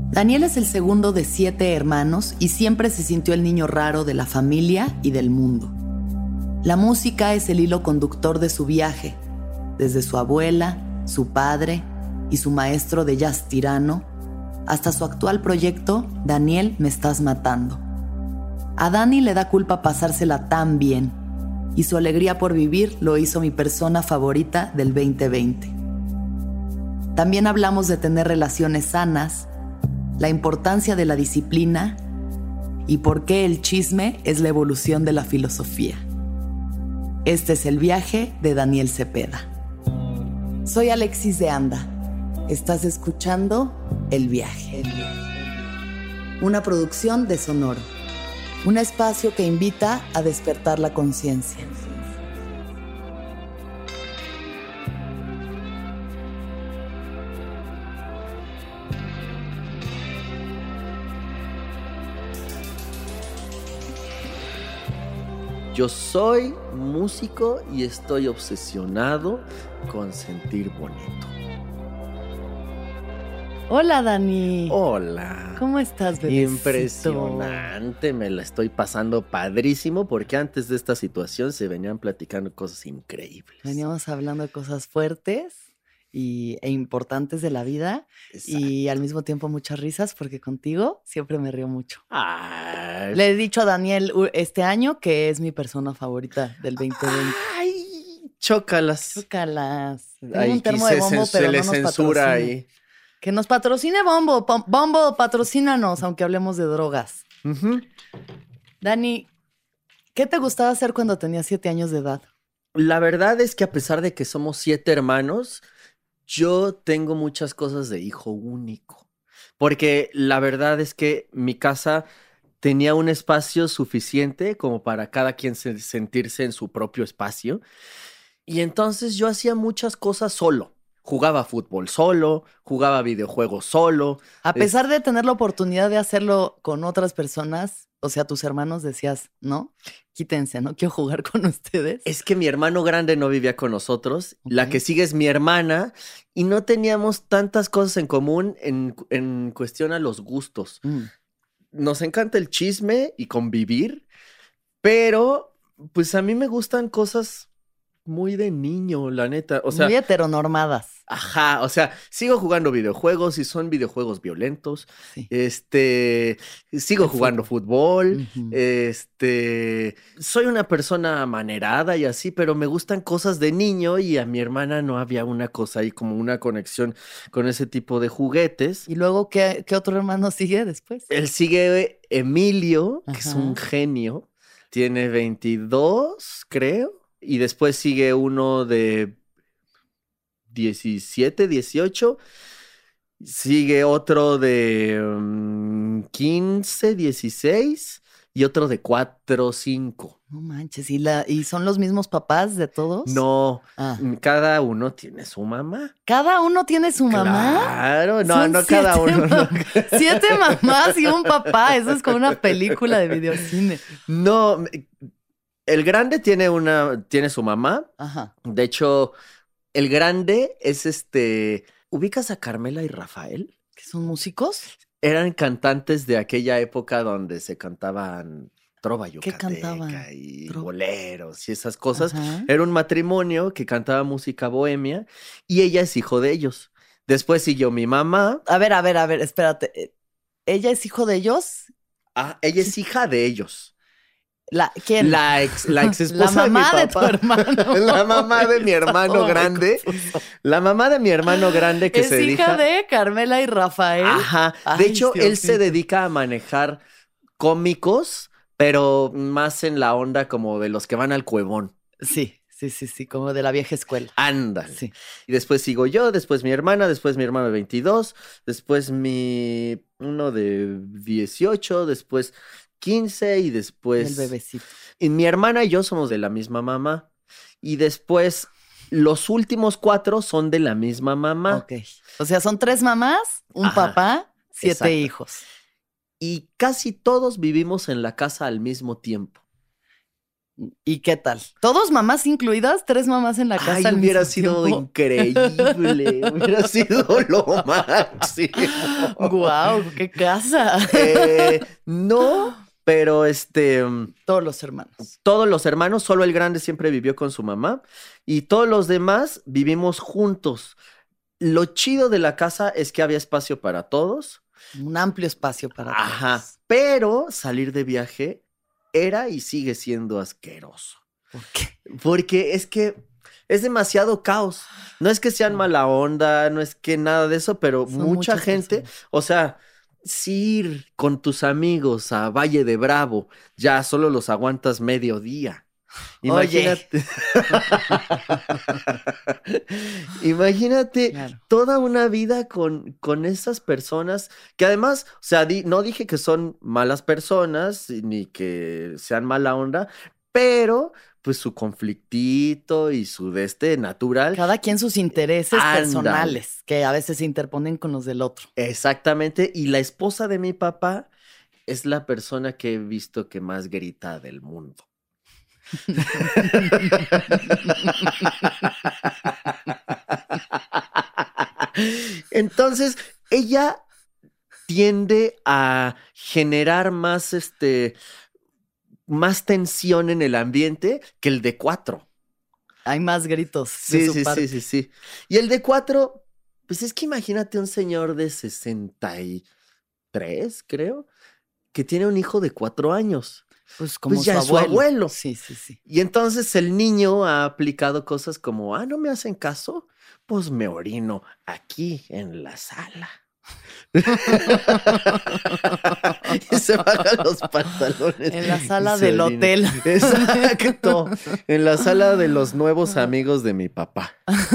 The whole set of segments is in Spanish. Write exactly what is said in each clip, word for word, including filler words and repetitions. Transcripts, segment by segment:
Daniel es el segundo de siete hermanos y siempre se sintió el niño raro de la familia y del mundo. La música es el hilo conductor de su viaje, desde su abuela, su padre y su maestro de jazz tirano, hasta su actual proyecto, Daniel, me estás matando. A Dani le da culpa pasársela tan bien, y su alegría por vivir lo hizo mi persona favorita del veinte veinte. También hablamos de tener relaciones sanas, la importancia de la disciplina y por qué el chisme es la evolución de la filosofía. Este es el viaje de Daniel Cepeda. Soy Alexis de Anda. Estás escuchando El Viaje. Una producción de Sonoro. Un espacio que invita a despertar la conciencia. Yo soy músico y estoy obsesionado con sentir bonito. Hola, Dani. Hola. ¿Cómo estás, bebecito? Impresionante, me la estoy pasando padrísimo porque antes de esta situación se venían platicando cosas increíbles. Veníamos hablando de cosas fuertes y, e importantes de la vida. Exacto. Y al mismo tiempo muchas risas porque contigo siempre me río mucho. Ay. Le he dicho a Daniel este año que es mi persona favorita del veinte veinte. Ay, chócalas. Chócalas. Tengo Ay, un termo de bombo, se, pero se no le nos censura patrocina. ahí. Que nos patrocine Bombo. Bombo, patrocínanos, aunque hablemos de drogas. Uh-huh. Dani, ¿qué te gustaba hacer cuando tenías siete años de edad? La verdad es que a pesar de que somos siete hermanos, yo tengo muchas cosas de hijo único. Porque la verdad es que mi casa tenía un espacio suficiente como para cada quien se- sentirse en su propio espacio. Y entonces yo hacía muchas cosas solo. Jugaba fútbol solo, jugaba videojuegos solo. A pesar Es- de tener la oportunidad de hacerlo con otras personas, o sea, tus hermanos, decías, no, quítense, no quiero jugar con ustedes. Es que mi hermano grande no vivía con nosotros. Ok. La que sigue es mi hermana. Y no teníamos tantas cosas en común en, en cuestión a los gustos. Mm. Nos encanta el chisme y convivir, pero pues a mí me gustan cosas muy de niño, la neta. O sea, Muy heteronormadas. ajá, o sea, sigo jugando videojuegos y son videojuegos violentos. Sí. Este, sigo El jugando fútbol. Ujú. Este, soy una persona amanerada y así, pero me gustan cosas de niño y a mi hermana no había una cosa ahí como una conexión con ese tipo de juguetes. ¿Y luego qué, qué otro hermano sigue después? Él sigue Emilio, que Ajá. es un genio. Tiene veintidós, creo. Y después sigue uno de diecisiete, dieciocho. Sigue otro de um, quince, dieciséis. Y otro de cuatro, cinco. No manches, ¿y, la, ¿y son los mismos papás de todos? No, Ah. cada uno tiene su mamá. ¿Cada uno tiene su mamá? Claro, no, Son no cada siete uno. No. mam- Siete mamás y un papá. Eso es como una película de videocine. No, el grande tiene una, tiene su mamá. Ajá. De hecho, el grande es este. ¿Ubicas a Carmela y Rafael? ¿Que son músicos? Eran cantantes de aquella época donde se cantaban trova yucateca cantaban? y Tro- boleros y esas cosas. Ajá. Era un matrimonio que cantaba música bohemia y ella es hijo de ellos. Después siguió mi mamá. A ver, a ver, a ver, espérate. Eh, ¿Ella es hijo de ellos? Ah, ella es hija de ellos. La, ¿Quién? La ex, la ex esposa La mamá de de mi tu papá. hermano. La mamá de mi hermano Todo muy grande. confuso. La mamá de mi hermano grande que Es se hija dedica. de Carmela y Rafael. Ajá. Ay, De hecho, Dios él se mío. dedica a manejar cómicos, pero más en la onda como de los que van al cuevón. Sí, sí, sí, sí, como de la vieja escuela. Ándale. Sí. Y después sigo yo, después mi hermana, después mi hermano de veintidós, después mi uno de dieciocho, después quince y después... El bebecito. Y mi hermana y yo somos de la misma mamá. Y después los últimos cuatro son de la misma mamá. Ok. O sea, son tres mamás, un Ajá, papá, siete exacto. hijos. Y casi todos vivimos en la casa al mismo tiempo. ¿Y qué tal? ¿Todos mamás incluidas? ¿Tres mamás en la casa Ay, al hubiera mismo sido tiempo? increíble. Hubiera sido lo máximo. ¡Guau! ¡Qué casa! Eh, no, pero este, Todos los hermanos. todos los hermanos, solo el grande siempre vivió con su mamá y todos los demás vivimos juntos. Lo chido de la casa es que había espacio para todos. Un amplio espacio para Ajá, todos. pero salir de viaje era y sigue siendo asqueroso. ¿Por qué? Porque es que es demasiado caos. No es que sean mala onda, no es que nada de eso, pero Son mucha muchas gente, personas. o sea, si ir con tus amigos a Valle de Bravo, ya solo los aguantas medio día. Imagínate. Imagínate Claro. toda una vida con, con esas personas que además, o sea, di- no dije que son malas personas ni que sean mala onda, pero pues su conflictito y su de este natural. Cada quien sus intereses Ándale. personales, que a veces se interponen con los del otro. Exactamente. Y la esposa de mi papá es la persona que he visto que más grita del mundo. Entonces, ella tiende a generar más, este, más tensión en el ambiente que el de cuatro. Hay más gritos de Sí, su sí, parte. sí, sí, sí. Y el de cuatro, pues es que imagínate un señor de sesenta y tres, creo, que tiene un hijo de cuatro años. Pues como Pues ya su es su abuelo. abuelo. Sí, sí, sí. Y entonces el niño ha aplicado cosas como, ah, ¿no me hacen caso? Pues me orino aquí en la sala. Y se bajan los pantalones. En la y sala se del orina. hotel. Exacto. En la sala de los nuevos amigos de mi papá.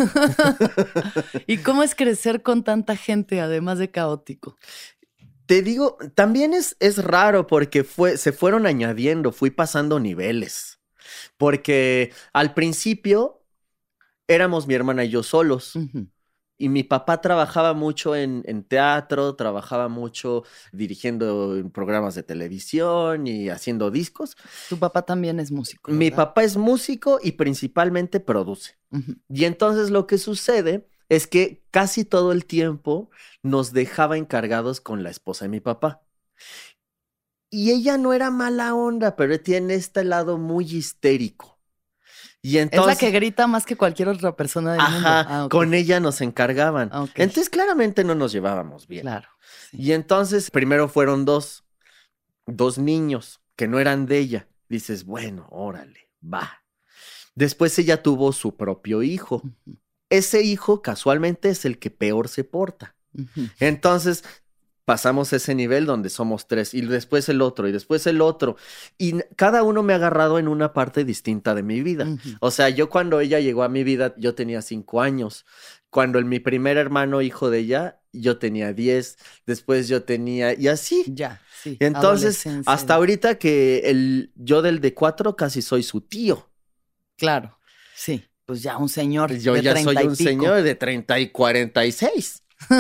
¿Y cómo es crecer con tanta gente, además de caótico? Te digo, también es, es raro porque fue, se fueron añadiendo, fui pasando niveles. Porque al principio éramos mi hermana y yo solos. Ujú. Y mi papá trabajaba mucho en, en teatro, trabajaba mucho dirigiendo en programas de televisión y haciendo discos. Tu papá también es músico, Mi ¿verdad? papá es músico y principalmente produce. Ujú. Y entonces lo que sucede es que casi todo el tiempo nos dejaba encargados con la esposa de mi papá. Y ella no era mala onda, pero tiene este lado muy histérico. Y entonces, Es la que grita más que cualquier otra persona del mundo. ajá, Ah, ok. con ella nos encargaban. Ah, ok. Entonces claramente no nos llevábamos bien. Claro. Sí. Y entonces primero fueron dos, dos niños que no eran de ella. Dices, bueno, órale, va. Después ella tuvo su propio hijo. Ujú, Ese hijo casualmente es el que peor se porta. ujú. Entonces pasamos ese nivel donde somos tres y después el otro y después el otro. Y n- cada uno me ha agarrado en una parte distinta de mi vida. Ujú. O sea, yo cuando ella llegó a mi vida, yo tenía cinco años. Cuando el, mi primer hermano, hijo de ella, yo tenía diez. Después yo tenía, y así. Ya, sí. Entonces, adolescencia. hasta ahorita que el, yo del de cuatro casi soy su tío. Claro, sí. Pues ya un señor Yo de ya treinta soy y un pico. señor de treinta y cuarenta y seis.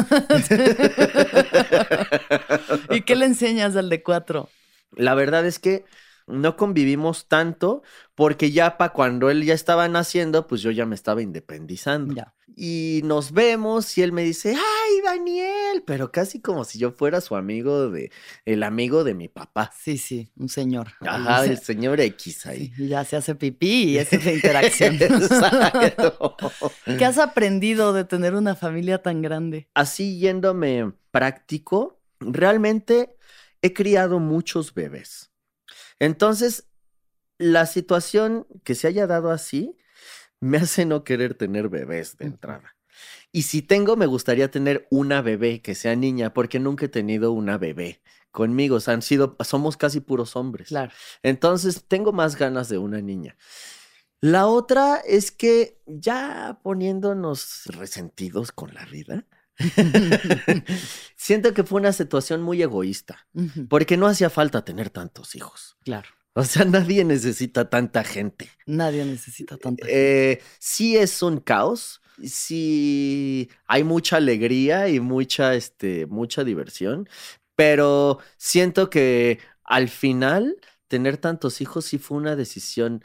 ¿Y qué le enseñas al de cuatro? La verdad es que no convivimos tanto porque ya para cuando él ya estaba naciendo, pues yo ya me estaba independizando. Ya. Y nos vemos y él me dice, ay, Daniel, pero casi como si yo fuera su amigo de, el amigo de mi papá. Sí, sí, un señor. Ajá, Ahí el se- señor X ahí. sí, y ya se hace pipí y esa es la interacción. Exacto. ¿Qué has aprendido de tener una familia tan grande? Así yéndome práctico, realmente he criado muchos bebés. Entonces, la situación que se haya dado así me hace no querer tener bebés de Ujú. entrada. Y si tengo, me gustaría tener una bebé que sea niña, porque nunca he tenido una bebé conmigo. O sea, han sido, somos casi puros hombres. Claro. Entonces, tengo más ganas de una niña. La otra es que ya poniéndonos resentidos con la vida, siento que fue una situación muy egoísta, Ujú, porque no hacía falta tener tantos hijos. claro. O sea, nadie necesita tanta gente. Nadie necesita tanta gente. Eh, sí es un caos, sí hay mucha alegría y mucha, este, mucha diversión, pero siento que al final tener tantos hijos sí fue una decisión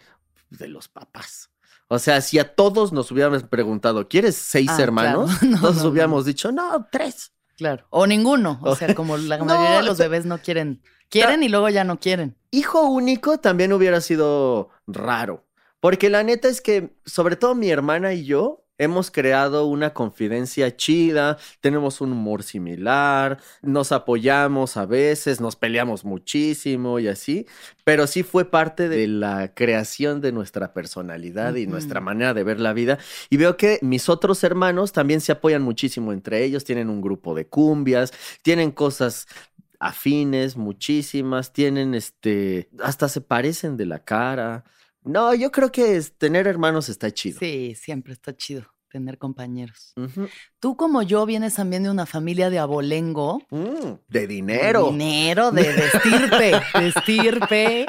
de los papás. O sea, si a todos nos hubiéramos preguntado, ¿quieres seis Ah, hermanos? claro. No, Todos no, hubiéramos no. dicho, no, tres. Claro. O ninguno. O sea, como la mayoría No, de los bebés no quieren. Quieren y luego ya no quieren. Hijo único también hubiera sido raro. Porque la neta es que, sobre todo mi hermana y yo, hemos creado una confidencia chida, tenemos un humor similar, nos apoyamos a veces, nos peleamos muchísimo y así, pero sí fue parte de la creación de nuestra personalidad y Ujú. nuestra manera de ver la vida. Y veo que mis otros hermanos también se apoyan muchísimo entre ellos, tienen un grupo de cumbias, tienen cosas afines, muchísimas, tienen este, hasta se parecen de la cara. No, yo creo que es- tener hermanos está chido. Sí, siempre está chido tener compañeros. Ujú. Tú como yo vienes también de una familia de abolengo. Mm, de De dinero. dinero, de vestirpe, vestirpe.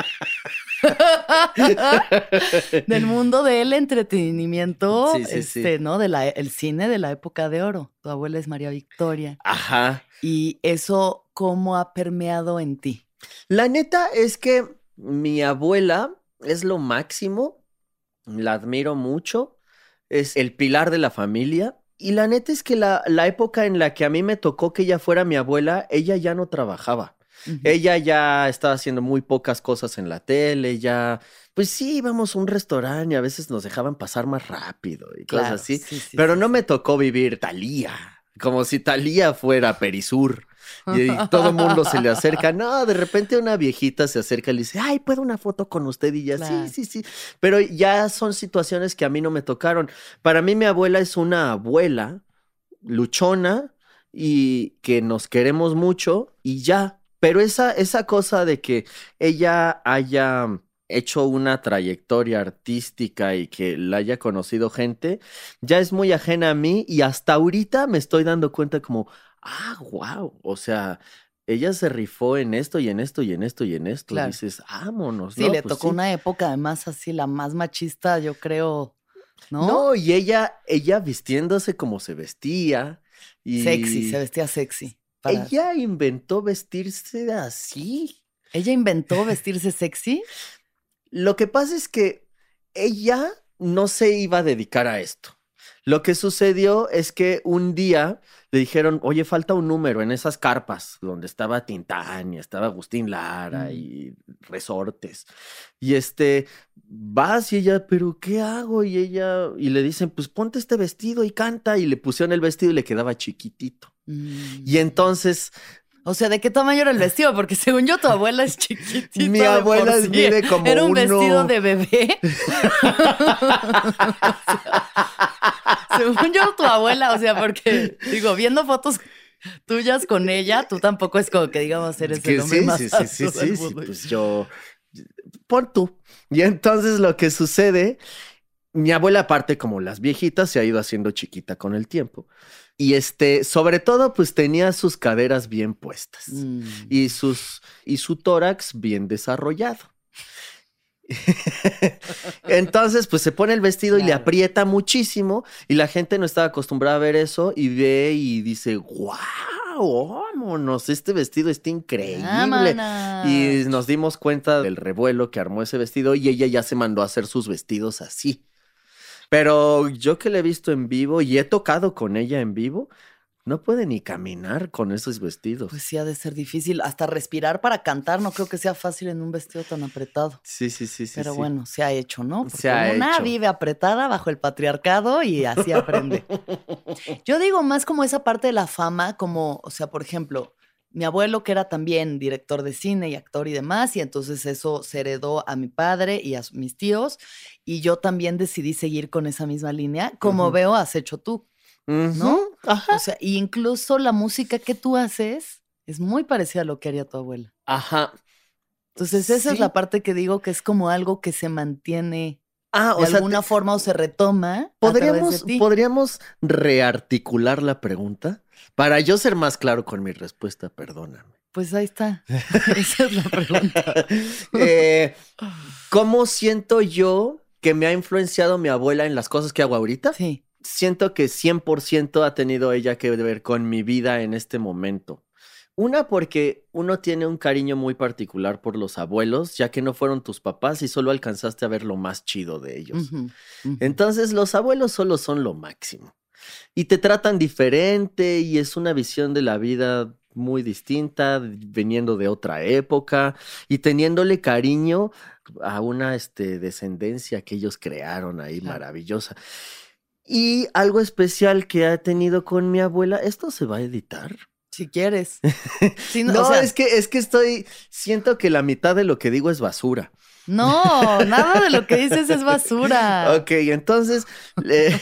Del mundo del entretenimiento, Sí, sí, sí. este, ¿no? De la, el cine de la época de oro. Tu abuela es María Victoria. Ajá. Y eso, ¿cómo ha permeado en ti? La neta es que mi abuela es lo máximo, la admiro mucho, es el pilar de la familia. Y la neta es que la, la época en la que a mí me tocó que ella fuera mi abuela, ella ya no trabajaba. Ujú. Ella ya estaba haciendo muy pocas cosas en la tele, ya, pues sí, íbamos a un restaurante y a veces nos dejaban pasar más rápido y cosas Claro, así. sí, sí, Pero sí, no sí. me tocó vivir Thalía, como si Thalía fuera Perisur. Y, y todo el mundo se le acerca. No, de repente una viejita se acerca y le dice, ay, ¿puedo una foto con usted? Y ya, Claro. sí, sí, sí. Pero ya son situaciones que a mí no me tocaron. Para mí mi abuela es una abuela luchona y que nos queremos mucho y ya. Pero esa, esa cosa de que ella haya hecho una trayectoria artística y que la haya conocido gente, ya es muy ajena a mí y hasta ahorita me estoy dando cuenta como, ah, wow, o sea, ella se rifó en esto y en esto y en esto y en esto. Claro. Dices, vámonos, Sí, ¿no? le Pues tocó sí. una época además así, la más machista, yo creo, ¿no? No, y ella, ella vistiéndose como se vestía y Sexy, se vestía sexy. Para... ella inventó vestirse así. ¿Ella inventó vestirse sexy? Lo que pasa es que ella no se iba a dedicar a esto. Lo que sucedió es que un día le dijeron, oye, falta un número en esas carpas donde estaba Tintán y estaba Agustín Lara Mm. y Resortes. Y este, vas y ella, ¿pero qué hago? Y ella, y le dicen, pues ponte este vestido y canta. Y le pusieron el vestido y le quedaba chiquitito. Mm. Y entonces, O sea, ¿de qué tamaño era el vestido? Porque según yo, tu abuela es chiquitita. Mi de por abuela sí. mide como Era un uno- vestido de bebé. Según yo, tu abuela, o sea, porque, digo, viendo fotos tuyas con ella, tú tampoco es como que digamos eres que el hombre sí, más sí, sí, alto sí, del sí, sí, mundo. pues yo, pon tú. Y entonces lo que sucede, mi abuela aparte como las viejitas se ha ido haciendo chiquita con el tiempo. Y este, sobre todo, pues tenía sus caderas bien puestas Mm. y sus, y su tórax bien desarrollado. Entonces, pues se pone el vestido y le Claro. aprieta muchísimo y la gente no estaba acostumbrada a ver eso y ve y dice, wow, vámonos, este vestido está increíble. Vámonos. Y nos dimos cuenta del revuelo que armó ese vestido y ella ya se mandó a hacer sus vestidos así. Pero yo que la he visto en vivo y he tocado con ella en vivo, no puede ni caminar con esos vestidos. Pues sí, ha de ser difícil. Hasta respirar para cantar, no creo que sea fácil en un vestido tan apretado. Sí, sí, sí, sí. Pero sí. bueno, se ha hecho, ¿no? Porque Se ha una hecho. vive apretada bajo el patriarcado y así aprende. Yo digo más como esa parte de la fama, como, o sea, por ejemplo, mi abuelo que era también director de cine y actor y demás, y entonces eso se heredó a mi padre y a su- mis tíos, y yo también decidí seguir con esa misma línea, como Ujú. veo has hecho tú, Ujú, ¿no? Ajá. O sea, y incluso la música que tú haces es muy parecida a lo que haría tu abuela. Ajá. Entonces esa es Sí. la parte que digo que es como algo que se mantiene Ah, de o sea, alguna te- forma o se retoma a través podríamos, de ti. podríamos rearticular la pregunta para yo ser más claro con mi respuesta, perdóname. Pues ahí está. Esa es la pregunta. Eh, ¿Cómo siento yo que me ha influenciado mi abuela en las cosas que hago ahorita? Sí. Siento que cien por ciento ha tenido ella que ver con mi vida en este momento. Una, porque uno tiene un cariño muy particular por los abuelos, ya que no fueron tus papás y solo alcanzaste a ver lo más chido de ellos. Ujú, ujú. Entonces, los abuelos solo son lo máximo. Y te tratan diferente y es una visión de la vida muy distinta, viniendo de otra época y teniéndole cariño a una este, descendencia que ellos crearon ahí, Claro. maravillosa. Y algo especial que ha tenido con mi abuela, ¿esto se va a editar? Si quieres. Sí, no, No, o sea, es que, es que estoy, siento que la mitad de lo que digo es basura. no, nada de lo que dices es basura. Ok, entonces... eh,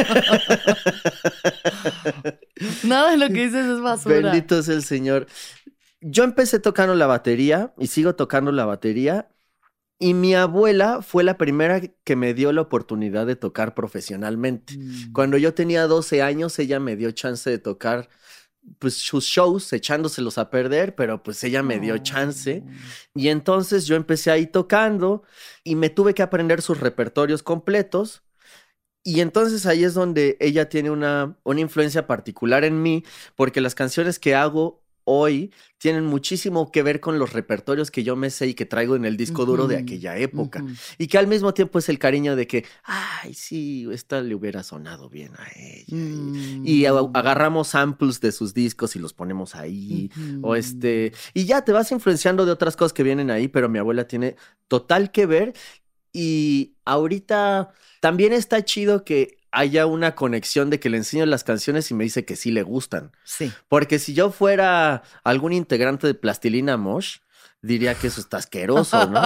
Nada de lo que dices es basura. Bendito es el Señor. Yo empecé tocando la batería y sigo tocando la batería. Y mi abuela fue la primera que me dio la oportunidad de tocar profesionalmente. Mm. Cuando yo tenía doce años, ella me dio chance de tocar pues sus shows, echándoselos a perder, pero pues ella me dio chance. Y entonces yo empecé ahí tocando y me tuve que aprender sus repertorios completos. Y entonces ahí es donde ella tiene una, una influencia particular en mí, porque las canciones que hago hoy tienen muchísimo que ver con los repertorios que yo me sé y que traigo en el disco duro de Ujú, aquella época. ujú. Y que al mismo tiempo es el cariño de que, ay, sí, esta le hubiera sonado bien a ella. Mm. Y, y a- agarramos samples de sus discos y los ponemos ahí. Ujú. O este, y ya te vas influenciando de otras cosas que vienen ahí, pero mi abuela tiene total que ver. Y ahorita también está chido que haya una conexión de que le enseño las canciones y me dice que sí le gustan. Sí. Porque si yo fuera algún integrante de Plastilina Mosh, diría que eso está asqueroso, ¿no?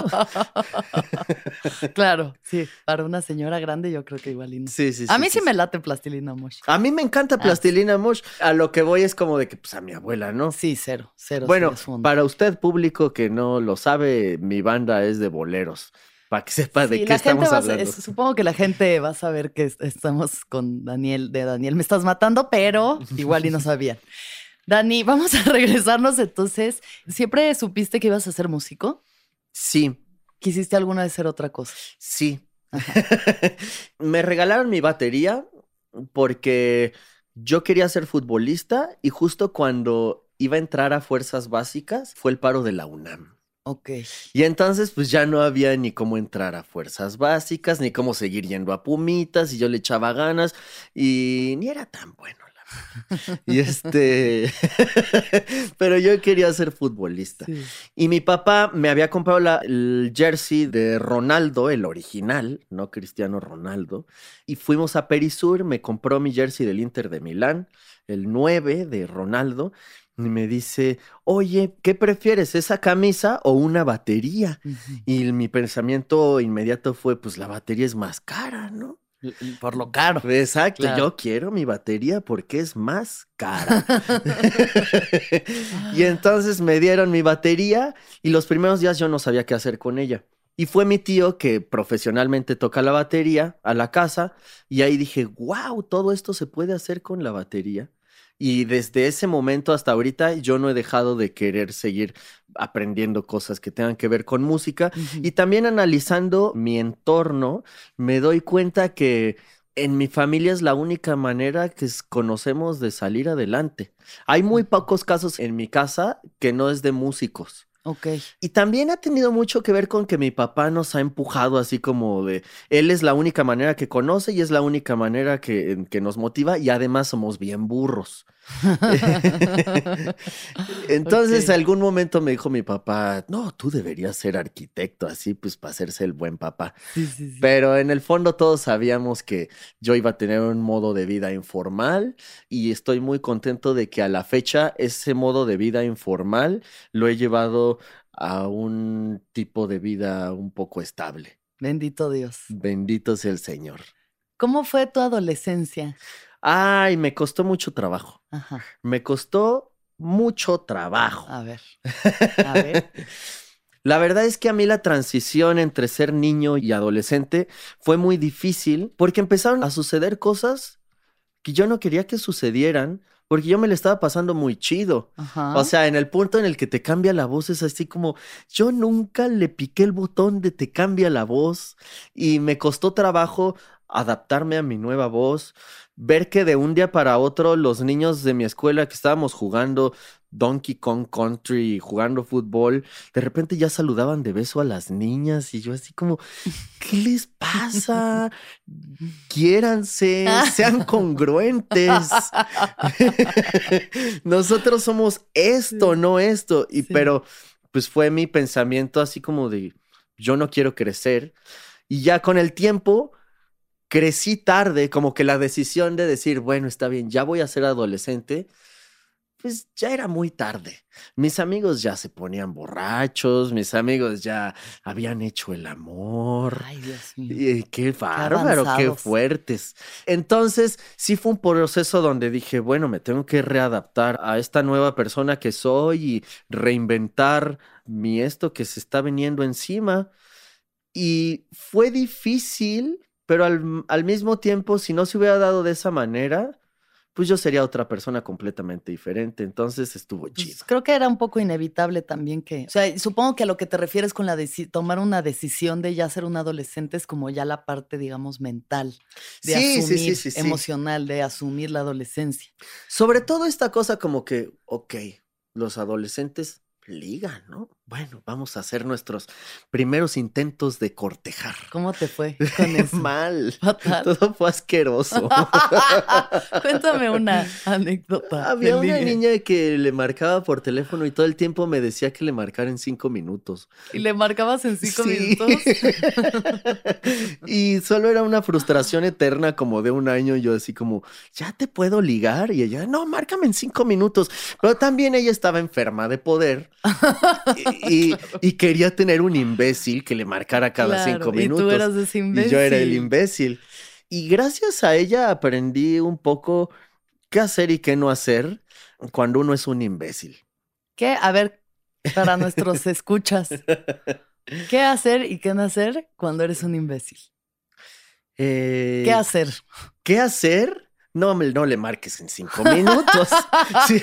Claro, sí. Para una señora grande yo creo que igual y no. Sí, sí, A sí, mí sí, sí me sí. late Plastilina Mosh. A mí me encanta Ah, Plastilina Mosh. A lo que voy es como de que, pues, a mi abuela, ¿no? Sí, cero, cero. Bueno, cero es fondo. para usted, público que no lo sabe, mi banda es de boleros. Para que sepa de Sí, qué la gente estamos va a- hablando. es- supongo que la gente va a saber que est- estamos con Daniel, de Daniel Me Estás Matando, pero igual y no sabían. Dani, vamos a regresarnos entonces. ¿Siempre supiste que ibas a ser músico? Sí, ¿Quisiste alguna vez ser otra cosa? sí. Me regalaron mi batería porque yo quería ser futbolista y justo cuando iba a entrar a fuerzas básicas fue el paro de la UNAM. Ok. Y entonces pues ya no había ni cómo entrar a fuerzas básicas, ni cómo seguir yendo a Pumitas y yo le echaba ganas y ni era tan bueno, la verdad. Y este, pero yo quería ser futbolista. Sí. Y mi papá me había comprado la- el jersey de Ronaldo, el original, no Cristiano Ronaldo. Y fuimos a Perisur, me compró mi jersey del Inter de Milán, el nueve de Ronaldo. Y me dice, oye, ¿qué prefieres, esa camisa o una batería? Ujú. Y mi pensamiento inmediato fue, pues la batería es más cara, ¿no? Por lo caro. Exacto, Claro. yo quiero mi batería porque es más cara. Y entonces me dieron mi batería y los primeros días yo no sabía qué hacer con ella. Y fue mi tío que profesionalmente toca la batería a la casa y ahí dije, wow, todo esto se puede hacer con la batería. Y desde ese momento hasta ahorita yo no he dejado de querer seguir aprendiendo cosas que tengan que ver con música. Ujú. Y también analizando mi entorno, me doy cuenta que en mi familia es la única manera que s- conocemos de salir adelante. Hay muy pocos casos en mi casa que no es de músicos. Ok. Y también ha tenido mucho que ver con que mi papá nos ha empujado así como de, él es la única manera que conoce y es la única manera que, en que nos motiva y además somos bien burros. Entonces, Ok. algún momento me dijo mi papá, no, tú deberías ser arquitecto, así pues para hacerse el buen papá. Sí, sí, sí. Pero en el fondo todos sabíamos que yo iba a tener un modo de vida informal y estoy muy contento de que a la fecha ese modo de vida informal lo he llevado a un tipo de vida un poco estable. Bendito Dios. Bendito sea el Señor. ¿Cómo fue tu adolescencia? Ay, me costó mucho trabajo. Ajá. Me costó mucho trabajo. A ver. A ver. La verdad es que a mí la transición entre ser niño y adolescente fue muy difícil porque empezaron a suceder cosas que yo no quería que sucedieran porque yo me le estaba pasando muy chido. Ajá. O sea, en el punto en el que te cambia la voz es así como, yo nunca le piqué el botón de te cambia la voz y me costó trabajo adaptarme a mi nueva voz, ver que de un día para otro los niños de mi escuela que estábamos jugando Donkey Kong Country jugando fútbol, de repente ya saludaban de beso a las niñas y yo así como, ¿qué les pasa? Quiéranse, sean congruentes. Nosotros somos esto, sí. no esto. Y sí. pero pues fue mi pensamiento así como de, yo no quiero crecer. Y ya con el tiempo crecí tarde, como que la decisión de decir, bueno, está bien, ya voy a ser adolescente, pues ya era muy tarde. Mis amigos ya se ponían borrachos, mis amigos ya habían hecho el amor. Ay, Dios mío. Y, qué bárbaro, qué, qué fuertes. Entonces, sí fue un proceso donde dije, bueno, me tengo que readaptar a esta nueva persona que soy y reinventar mi esto que se está viniendo encima. Y fue difícil, pero al, al mismo tiempo, si no se hubiera dado de esa manera, pues yo sería otra persona completamente diferente. Entonces estuvo chido. Pues creo que era un poco inevitable también que... O sea, supongo que a lo que te refieres con la deci- tomar una decisión de ya ser un adolescente es como ya la parte, digamos, mental, de sí, asumir, sí, sí, sí, emocional, sí. de asumir la adolescencia. Sobre todo esta cosa como que, ok, los adolescentes ligan, ¿no? Bueno, vamos a hacer nuestros primeros intentos de cortejar. ¿Cómo te fue con eso? Mal. Fatal. Todo fue asqueroso. Cuéntame una anécdota. Había una niña que le marcaba por teléfono y todo el tiempo me decía que le marcara en cinco minutos. ¿Y le marcabas en cinco sí. minutos? Y solo era una frustración eterna como de un año. Yo así como, ¿ya te puedo ligar? Y ella, no, márcame en cinco minutos. Pero también ella estaba enferma de poder. Y, y, claro. y quería tener un imbécil que le marcara cada claro, cinco minutos. Y tú eras ese imbécil. Y yo era el imbécil. Y gracias a ella aprendí un poco qué hacer y qué no hacer cuando uno es un imbécil. ¿Qué? A ver, para nuestros escuchas. ¿Qué hacer y qué no hacer cuando eres un imbécil? Eh, ¿Qué hacer? ¿Qué hacer? No, no le marques en cinco minutos. Sí.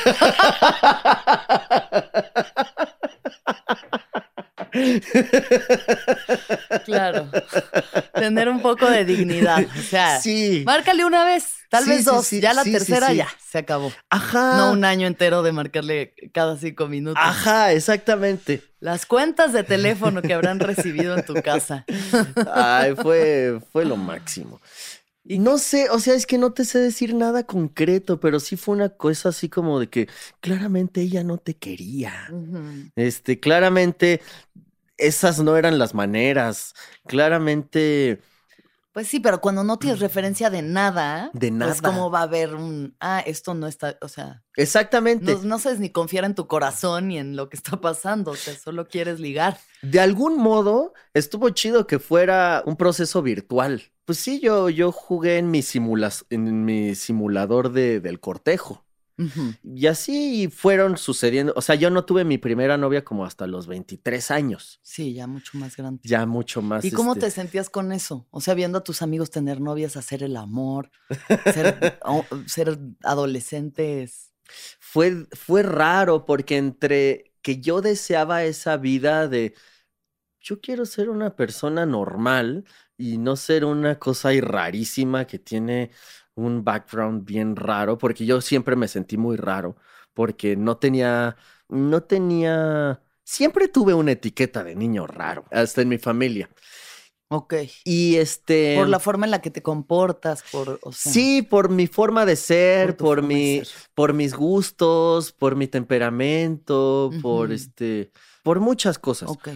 Claro. Tener un poco de dignidad. O sea, sí. márcale una vez, tal sí, vez dos. Sí, sí, ya la sí, tercera sí, sí. ya se acabó. Ajá. No un año entero de marcarle cada cinco minutos. Ajá, exactamente. Las cuentas de teléfono que habrán recibido en tu casa. Ay, fue, fue lo máximo. Y no sé, o sea, es que no te sé decir nada concreto, pero sí fue una cosa así como de que claramente ella no te quería. Uh-huh. Este, claramente esas no eran las maneras. Claramente... Pues sí, pero cuando no tienes referencia de nada, de nada. Pues cómo va a haber un, ah, esto no está, o sea. Exactamente. No, no sabes ni confiar en tu corazón ni en lo que está pasando, o sea, solo quieres ligar. De algún modo, estuvo chido que fuera un proceso virtual. Pues sí, yo, yo jugué en mi, simula- en mi simulador de, del cortejo. Uh-huh. Y así fueron sucediendo. O sea, yo no tuve mi primera novia como hasta los veintitrés años. Sí, ya mucho más grande. Ya mucho más. ¿Y cómo este... te sentías con eso? O sea, viendo a tus amigos tener novias, hacer el amor, ser, o, ser adolescentes. Fue, fue raro porque entre que yo deseaba esa vida de yo quiero ser una persona normal y no ser una cosa ahí rarísima que tiene un background bien raro, porque yo siempre me sentí muy raro, porque no tenía, no tenía, siempre tuve una etiqueta de niño raro, hasta en mi familia. Ok. Y este... Por la forma en la que te comportas, por... O sea, sí, por mi forma de ser, por, por mi, ser. por mis gustos, por mi temperamento, uh-huh. por este, por muchas cosas. Ok.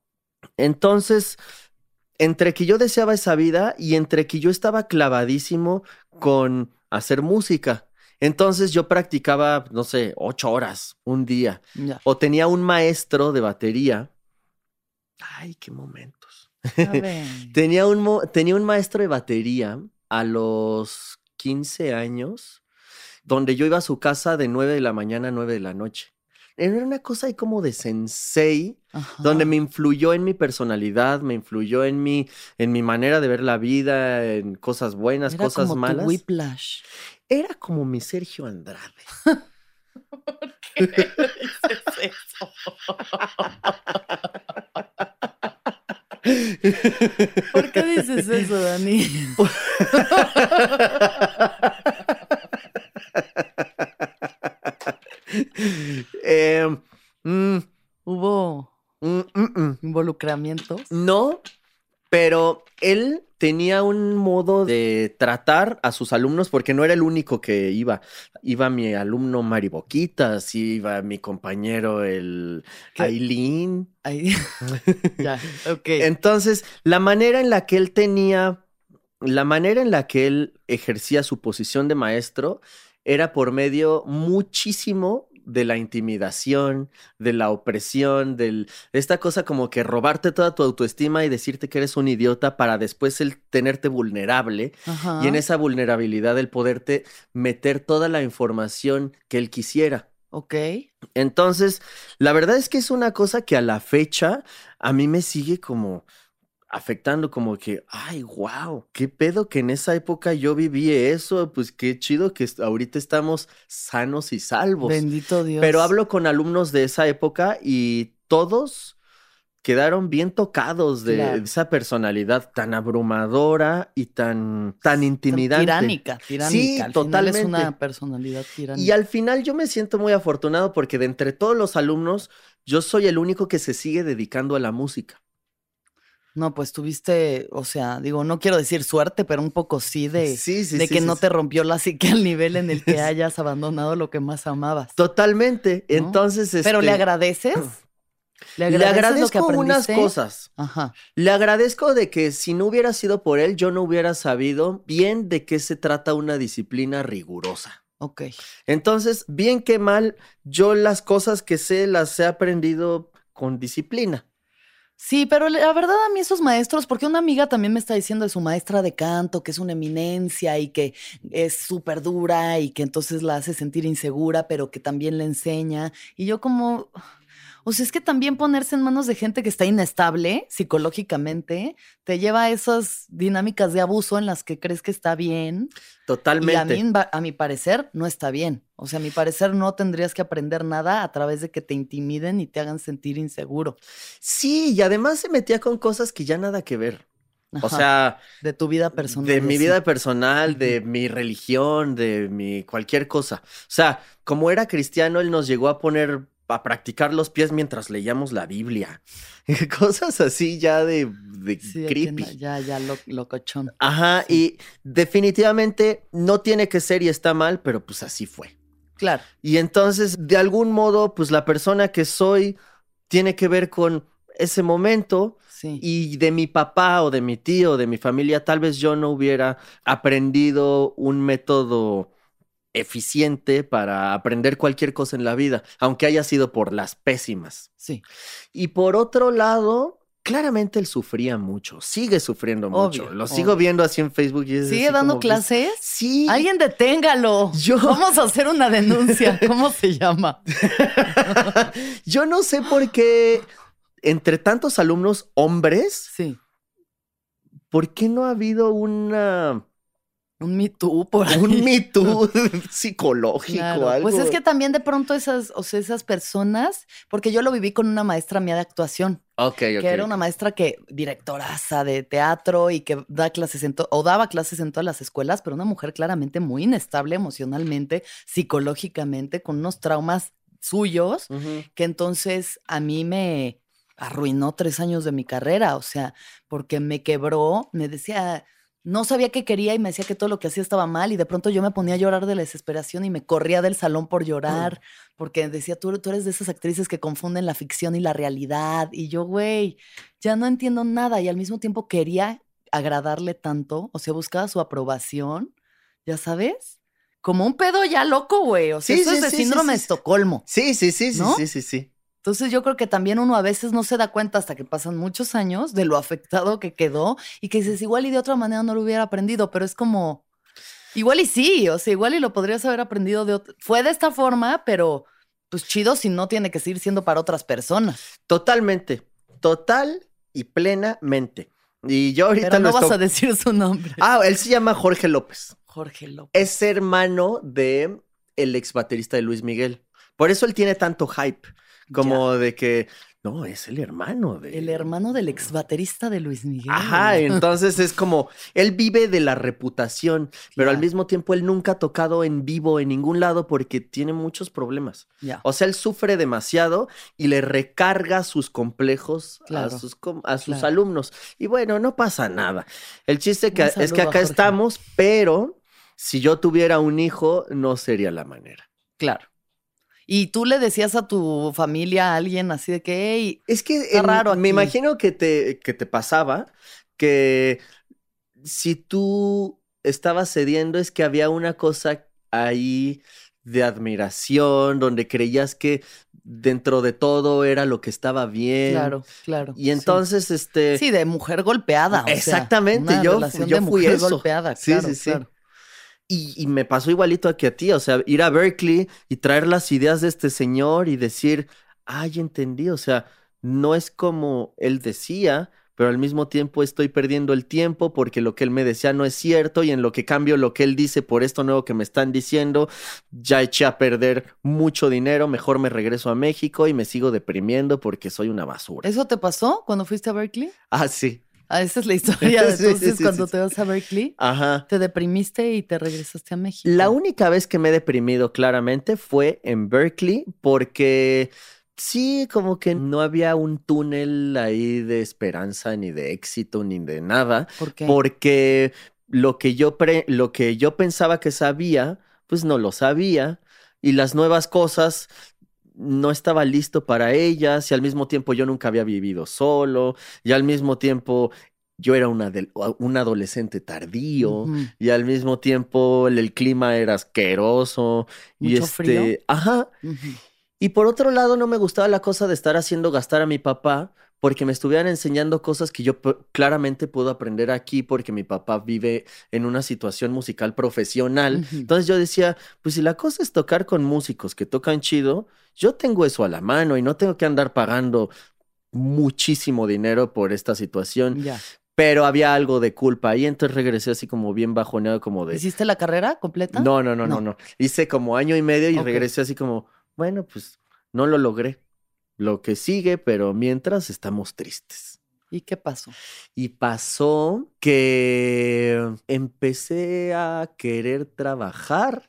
Entonces, entre que yo deseaba esa vida y entre que yo estaba clavadísimo con hacer música. Entonces yo practicaba, no sé, ocho horas un día. Ya. O tenía un maestro de batería. Ay, qué momentos. tenía, un, tenía un maestro de batería a los quince años, donde yo iba a su casa de nueve de la mañana a nueve de la noche. Era una cosa ahí como de sensei, ajá. donde me influyó en mi personalidad, me influyó en mi, en mi manera de ver la vida, en cosas buenas, Era cosas como malas. Tu Whiplash. Era como mi Sergio Andrade. ¿Por qué dices eso? ¿Por qué dices eso, Dani? Eh, mm, ¿Hubo mm, mm, mm. involucramientos? No, pero él tenía un modo de tratar a sus alumnos porque no era el único que iba. Iba mi alumno Mari Boquitas, iba mi compañero el ¿Qué? Ailín. Ahí. Ya, ok. Entonces, la manera en la que él tenía, la manera en la que él ejercía su posición de maestro era por medio muchísimo de la intimidación, de la opresión, de esta cosa como que robarte toda tu autoestima y decirte que eres un idiota para después el tenerte vulnerable. Ajá. Y en esa vulnerabilidad el poderte meter toda la información que él quisiera. Ok. Entonces, la verdad es que es una cosa que a la fecha a mí me sigue como afectando, como que, ay, wow, qué pedo que en esa época yo viví eso, pues qué chido que est- ahorita estamos sanos y salvos. Bendito Dios. Pero hablo con alumnos de esa época y todos quedaron bien tocados de Claro. esa personalidad tan abrumadora y tan, tan intimidante. Tiránica, tiránica. Sí, Al totalmente. final es una personalidad tiránica. Y al final yo me siento muy afortunado porque de entre todos los alumnos, yo soy el único que se sigue dedicando a la música. No, pues tuviste, o sea, digo, no quiero decir suerte, pero un poco sí de, Sí, sí, de sí, que sí, no sí. te rompió la psique al nivel en el que hayas abandonado lo que más amabas. Totalmente. ¿No? Entonces, Pero este, ¿le agradeces? ¿Le le agradeces lo que agradezco unas aprendiste? cosas. Ajá. Le agradezco de que si no hubiera sido por él, yo no hubiera sabido bien de qué se trata una disciplina rigurosa. Ok. Entonces, bien que mal, yo las cosas que sé las he aprendido con disciplina. Sí, pero la verdad a mí esos maestros, porque una amiga también me está diciendo de su maestra de canto, que es una eminencia y que es súper dura y que entonces la hace sentir insegura, pero que también le enseña. Y yo como, o sea, es que también ponerse en manos de gente que está inestable psicológicamente te lleva a esas dinámicas de abuso en las que crees que está bien. Totalmente. Y a mí, a mi parecer, no está bien. O sea, a mi parecer no tendrías que aprender nada a través de que te intimiden y te hagan sentir inseguro. Sí, y además se metía con cosas que ya nada que ver. Ajá. O sea, de tu vida personal. de mi así. vida personal, de mi religión, de mi cualquier cosa. O sea, como era cristiano, él nos llegó a poner a practicar los pies mientras leíamos la Biblia. Cosas así ya de, de Sí, creepy. aquí, ya, ya, lo, locochón. Ajá, Sí. y definitivamente no tiene que ser y está mal, pero pues así fue. Claro. Y entonces, de algún modo, pues la persona que soy tiene que ver con ese momento. Sí. Y de mi papá o de mi tío o de mi familia, tal vez yo no hubiera aprendido un método eficiente para aprender cualquier cosa en la vida, aunque haya sido por las pésimas. Sí. Y por otro lado, claramente él sufría mucho, sigue sufriendo Obvio, mucho. Lo sigo obvio. viendo así en Facebook. Y es ¿Sigue así dando como, clases? Sí. Alguien deténgalo. Yo- Vamos a hacer una denuncia. ¿Cómo se llama? Yo no sé por qué, entre tantos alumnos hombres, Sí. ¿por qué no ha habido una... Un Me Too por ahí. un Me Too psicológico, Claro, algo? pues es que también de pronto esas, o sea, esas personas, porque yo lo viví con una maestra mía de actuación, Ok, ok. que era una maestra que, directoraza de teatro y que da clases en to- o daba clases en todas las escuelas, pero una mujer claramente muy inestable emocionalmente, psicológicamente, con unos traumas suyos, Ujú. que entonces a mí me arruinó tres años de mi carrera, o sea, porque me quebró, me decía, no sabía qué quería y me decía que todo lo que hacía estaba mal y de pronto yo me ponía a llorar de la desesperación y me corría del salón por llorar, porque decía, tú, tú eres de esas actrices que confunden la ficción y la realidad, y yo, güey, ya no entiendo nada, y al mismo tiempo quería agradarle tanto, o sea, buscaba su aprobación, ya sabes, como un pedo ya loco, güey, o sea, Sí, eso sí, es de sí, sí, síndrome sí. de Estocolmo. Sí, sí, sí, sí, ¿No? sí, sí, sí. Entonces yo creo que también uno a veces no se da cuenta hasta que pasan muchos años de lo afectado que quedó y que dices, igual y de otra manera no lo hubiera aprendido, pero es como, igual y sí, o sea, igual y lo podrías haber aprendido de otra, fue de esta forma, pero pues chido si no tiene que seguir siendo para otras personas. Totalmente. Total y plenamente. Y yo ahorita Pero no lo vas estoy- a decir su nombre. Ah, él se llama Jorge López. Jorge López. Es hermano de el ex baterista de Luis Miguel. Por eso él tiene tanto hype. como ya. De que, no, es el hermano de... El hermano del ex baterista de Luis Miguel. Ajá, entonces es como, él vive de la reputación, pero yeah. al mismo tiempo él nunca ha tocado en vivo en ningún lado porque tiene muchos problemas. Yeah. O sea, él sufre demasiado y le recarga sus complejos claro. a sus, a sus claro. alumnos. Y bueno, no pasa nada. El chiste que, es que acá estamos, pero si yo tuviera un hijo, no sería la manera. Claro. Y tú le decías a tu familia, a alguien así de que, hey, es que está en, raro aquí. Me imagino que te, que te pasaba que si tú estabas cediendo es que había una cosa ahí de admiración, donde creías que dentro de todo era lo que estaba bien. Claro, claro. Y entonces, sí. este... Sí, de mujer golpeada. Exactamente, o sea, una yo, relación yo de fui mujer eso. golpeada, sí, claro, sí, sí. claro. Y, y me pasó igualito que a ti, o sea, ir a Berkeley y traer las ideas de este señor y decir, ay, entendí, o sea, no es como él decía, pero al mismo tiempo estoy perdiendo el tiempo porque lo que él me decía no es cierto y en lo que cambio lo que él dice por esto nuevo que me están diciendo, ya eché a perder mucho dinero, mejor me regreso a México y me sigo deprimiendo porque soy una basura. ¿Eso te pasó cuando fuiste a Berkeley? Ah, sí. Ah, esa es la historia de entonces sí, sí, cuando sí. te vas a Berkeley, Ajá. te deprimiste y te regresaste a México. La única vez que me he deprimido claramente fue en Berkeley porque sí, como que no había un túnel ahí de esperanza, ni de éxito, ni de nada. ¿Por qué? Porque lo que yo, pre- lo que yo pensaba que sabía, pues no lo sabía. Y las nuevas cosas no estaba listo para ellas. Y al mismo tiempo yo nunca había vivido solo. Y al mismo tiempo yo era una de- un adolescente tardío. Ujú. Y al mismo tiempo el, el clima era asqueroso. ¿Mucho y este, frío? Ajá. Ujú. Y por otro lado, no me gustaba la cosa de estar haciendo gastar a mi papá porque me estuvieran enseñando cosas que yo p- claramente puedo aprender aquí porque mi papá vive en una situación musical profesional. Ujú. Entonces yo decía, pues si la cosa es tocar con músicos que tocan chido, yo tengo eso a la mano y no tengo que andar pagando muchísimo dinero por esta situación. Ya. Pero había algo de culpa ahí, entonces regresé así como bien bajoneado, como de... ¿Hiciste la carrera completa? No, no, no, no, No. no. Hice como año y medio y Ok. regresé así como, bueno, pues no lo logré. Lo que sigue, pero mientras estamos tristes. ¿Y qué pasó? Y pasó que empecé a querer trabajar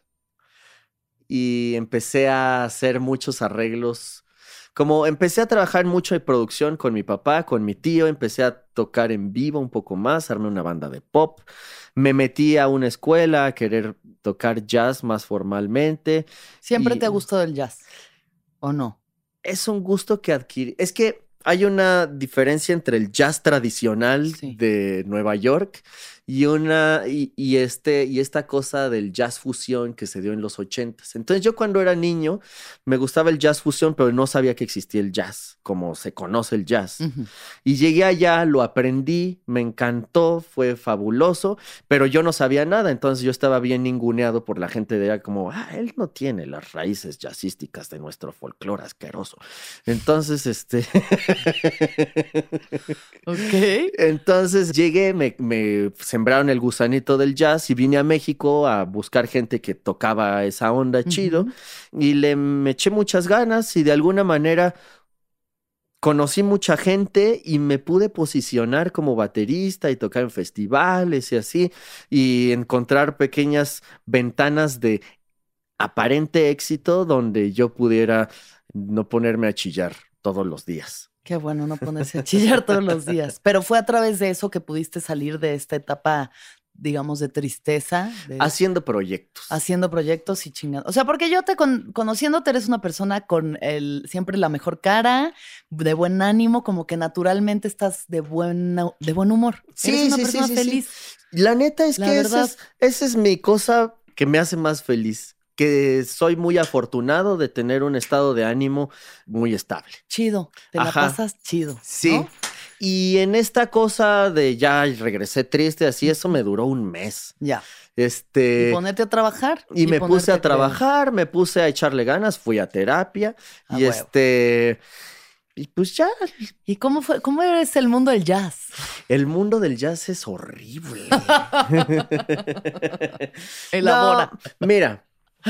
y empecé a hacer muchos arreglos. Como empecé a trabajar mucho en producción con mi papá, con mi tío, empecé a tocar en vivo un poco más, armé una banda de pop, me metí a una escuela a querer tocar jazz más formalmente. ¿Siempre y te ha gustado el jazz? ¿O no? Es un gusto que adquirí. Es que hay una diferencia entre el jazz tradicional Sí. de Nueva York y una y, y este y esta cosa del jazz fusión que se dio en los ochentas. Entonces yo cuando era niño me gustaba el jazz fusión, pero no sabía que existía el jazz, como se conoce el jazz. Ujú. Y llegué allá, lo aprendí, me encantó, fue fabuloso, pero yo no sabía nada, entonces yo estaba bien ninguneado por la gente de allá, como, ah, él no tiene las raíces jazzísticas de nuestro folclore asqueroso. Entonces, este... Ok. Entonces llegué, me, me sembraron el gusanito del jazz y vine a México a buscar gente que tocaba esa onda chido. Ujú. Y le me eché muchas ganas y de alguna manera conocí mucha gente y me pude posicionar como baterista y tocar en festivales y así, y encontrar pequeñas ventanas de aparente éxito donde yo pudiera no ponerme a chillar todos los días. Qué bueno no ponerse a chillar todos los días. Pero fue a través de eso que pudiste salir de esta etapa, digamos, de tristeza. De... Haciendo proyectos. Haciendo proyectos y chingando. O sea, porque yo te con, conociéndote eres una persona con el siempre la mejor cara, de buen ánimo, como que naturalmente estás de buen, de buen humor. Sí, eres una sí, persona sí, sí, feliz. Sí. La neta es La que verdad. esa es, esa es mi cosa que me hace más feliz. Que soy muy afortunado de tener un estado de ánimo muy estable. Chido. Te Ajá. la pasas chido. Sí. ¿No? Y en esta cosa de ya regresé triste, así, eso me duró un mes. Ya. Este. Y ponerte a trabajar. Y, y me puse a creer. trabajar, me puse a echarle ganas, fui a terapia. A y huevo. este. Y pues ya. ¿Y cómo fue? ¿Cómo es el mundo del jazz? El mundo del jazz es horrible. Elabora. No, mira.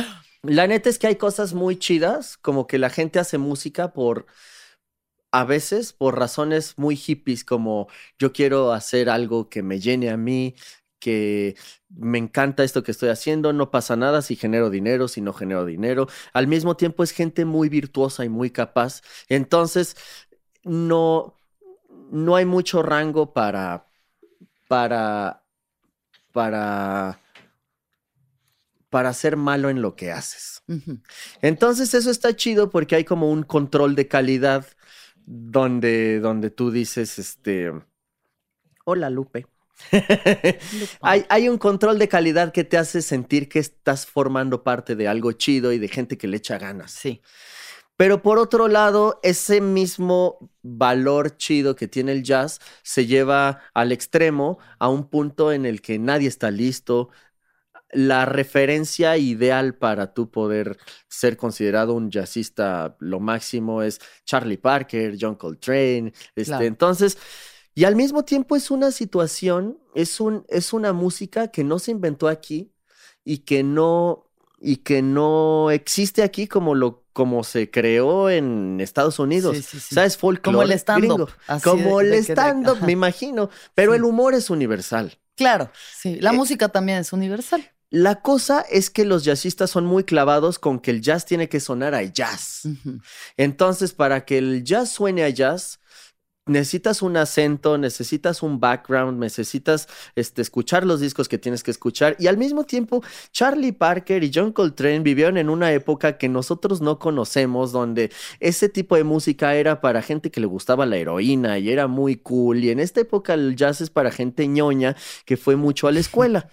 La neta es que hay cosas muy chidas, como que la gente hace música por, a veces, por razones muy hippies, como yo quiero hacer algo que me llene a mí, que me encanta esto que estoy haciendo, no pasa nada si genero dinero, si no genero dinero. Al mismo tiempo es gente muy virtuosa y muy capaz. Entonces, no, no hay mucho rango para, para, para, para ser malo en lo que haces. Uh-huh. Entonces, eso está chido porque hay como un control de calidad donde, donde tú dices, este, hola, Lupe. hay, hay un control de calidad que te hace sentir que estás formando parte de algo chido y de gente que le echa ganas. Sí. Pero por otro lado, ese mismo valor chido que tiene el jazz se lleva al extremo, a un punto en el que nadie está listo. La referencia ideal para tú poder ser considerado un jazzista lo máximo es Charlie Parker, John Coltrane. Este, claro. Entonces... Y al mismo tiempo es una situación, es, un, es una música que no se inventó aquí y que no, y que no existe aquí como, lo, como se creó en Estados Unidos. Sí, sí, sí. ¿Sabes? Folclore como el stand-up. Como de, el stand-up, me imagino. Pero sí. El humor es universal. Claro, sí. La eh, música también es universal. La cosa es que los jazzistas son muy clavados con que el jazz tiene que sonar a jazz. Uh-huh. Entonces, para que el jazz suene a jazz... necesitas un acento, necesitas un background, necesitas este, escuchar los discos que tienes que escuchar. Y al mismo tiempo, Charlie Parker y John Coltrane vivieron en una época que nosotros no conocemos, donde ese tipo de música era para gente que le gustaba la heroína y era muy cool. Y en esta época el jazz es para gente ñoña que fue mucho a la escuela.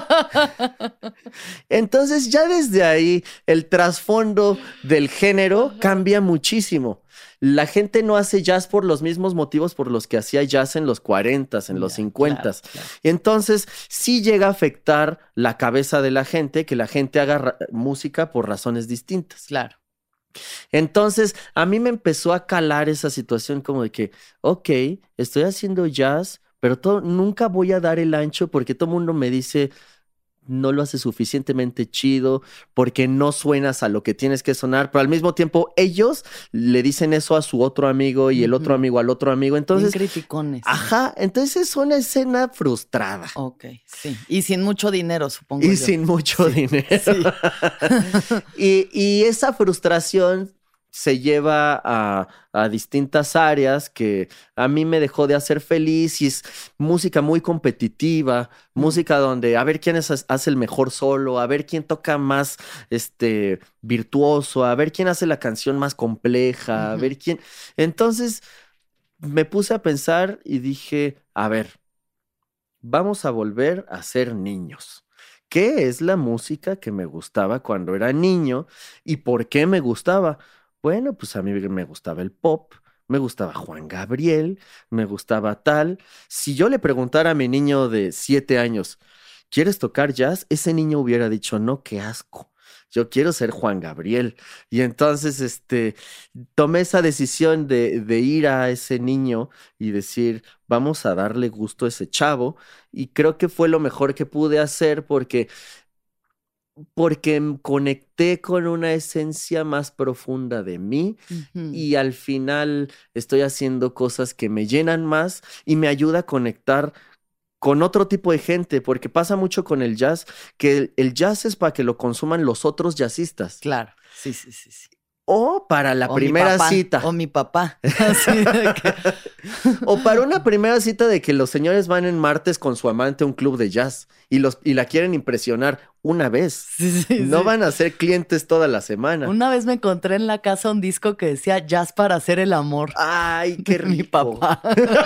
Entonces ya desde ahí el trasfondo del género cambia muchísimo. La gente no hace jazz por los mismos motivos por los que hacía jazz en los cuarentas, en los cincuentas. Claro, claro. Entonces, sí llega a afectar la cabeza de la gente que la gente haga ra- música por razones distintas. Claro. Entonces, a mí me empezó a calar esa situación como de que, ok, estoy haciendo jazz, pero todo, nunca voy a dar el ancho porque todo el mundo me dice... no lo haces suficientemente chido porque no suenas a lo que tienes que sonar, pero al mismo tiempo ellos le dicen eso a su otro amigo y el uh-huh. otro amigo al otro amigo, entonces... Bien criticones. Ajá, entonces es una escena frustrada. Ok, sí. Y sin mucho dinero, supongo Y yo. sin mucho sí. dinero. Sí. y, y esa frustración... se lleva a, a distintas áreas que a mí me dejó de hacer feliz y es música muy competitiva, mm. música donde a ver quién es, hace el mejor solo, a ver quién toca más este, virtuoso, a ver quién hace la canción más compleja, uh-huh. a ver quién... Entonces me puse a pensar y dije, a ver, vamos a volver a ser niños. ¿Qué es la música que me gustaba cuando era niño y por qué me gustaba? Bueno, pues a mí me gustaba el pop, me gustaba Juan Gabriel, me gustaba tal. Si yo le preguntara a mi niño de siete años, ¿quieres tocar jazz? Ese niño hubiera dicho, no, qué asco. Yo quiero ser Juan Gabriel. Y entonces este, tomé esa decisión de, de ir a ese niño y decir, vamos a darle gusto a ese chavo. Y creo que fue lo mejor que pude hacer porque... porque conecté con una esencia más profunda de mí uh-huh. y al final estoy haciendo cosas que me llenan más y me ayuda a conectar con otro tipo de gente, porque pasa mucho con el jazz, que el, el jazz es para que lo consuman los otros jazzistas. Claro, sí, sí, sí, sí. O para la o primera mi papá, cita. O mi papá. Así de que... O para una primera cita de que los señores van en martes con su amante a un club de jazz y, los, y la quieren impresionar una vez. Sí, sí, no sí. van a ser clientes toda la semana. Una vez me encontré en la casa un disco que decía jazz para hacer el amor. Ay, qué rico. Mi papá.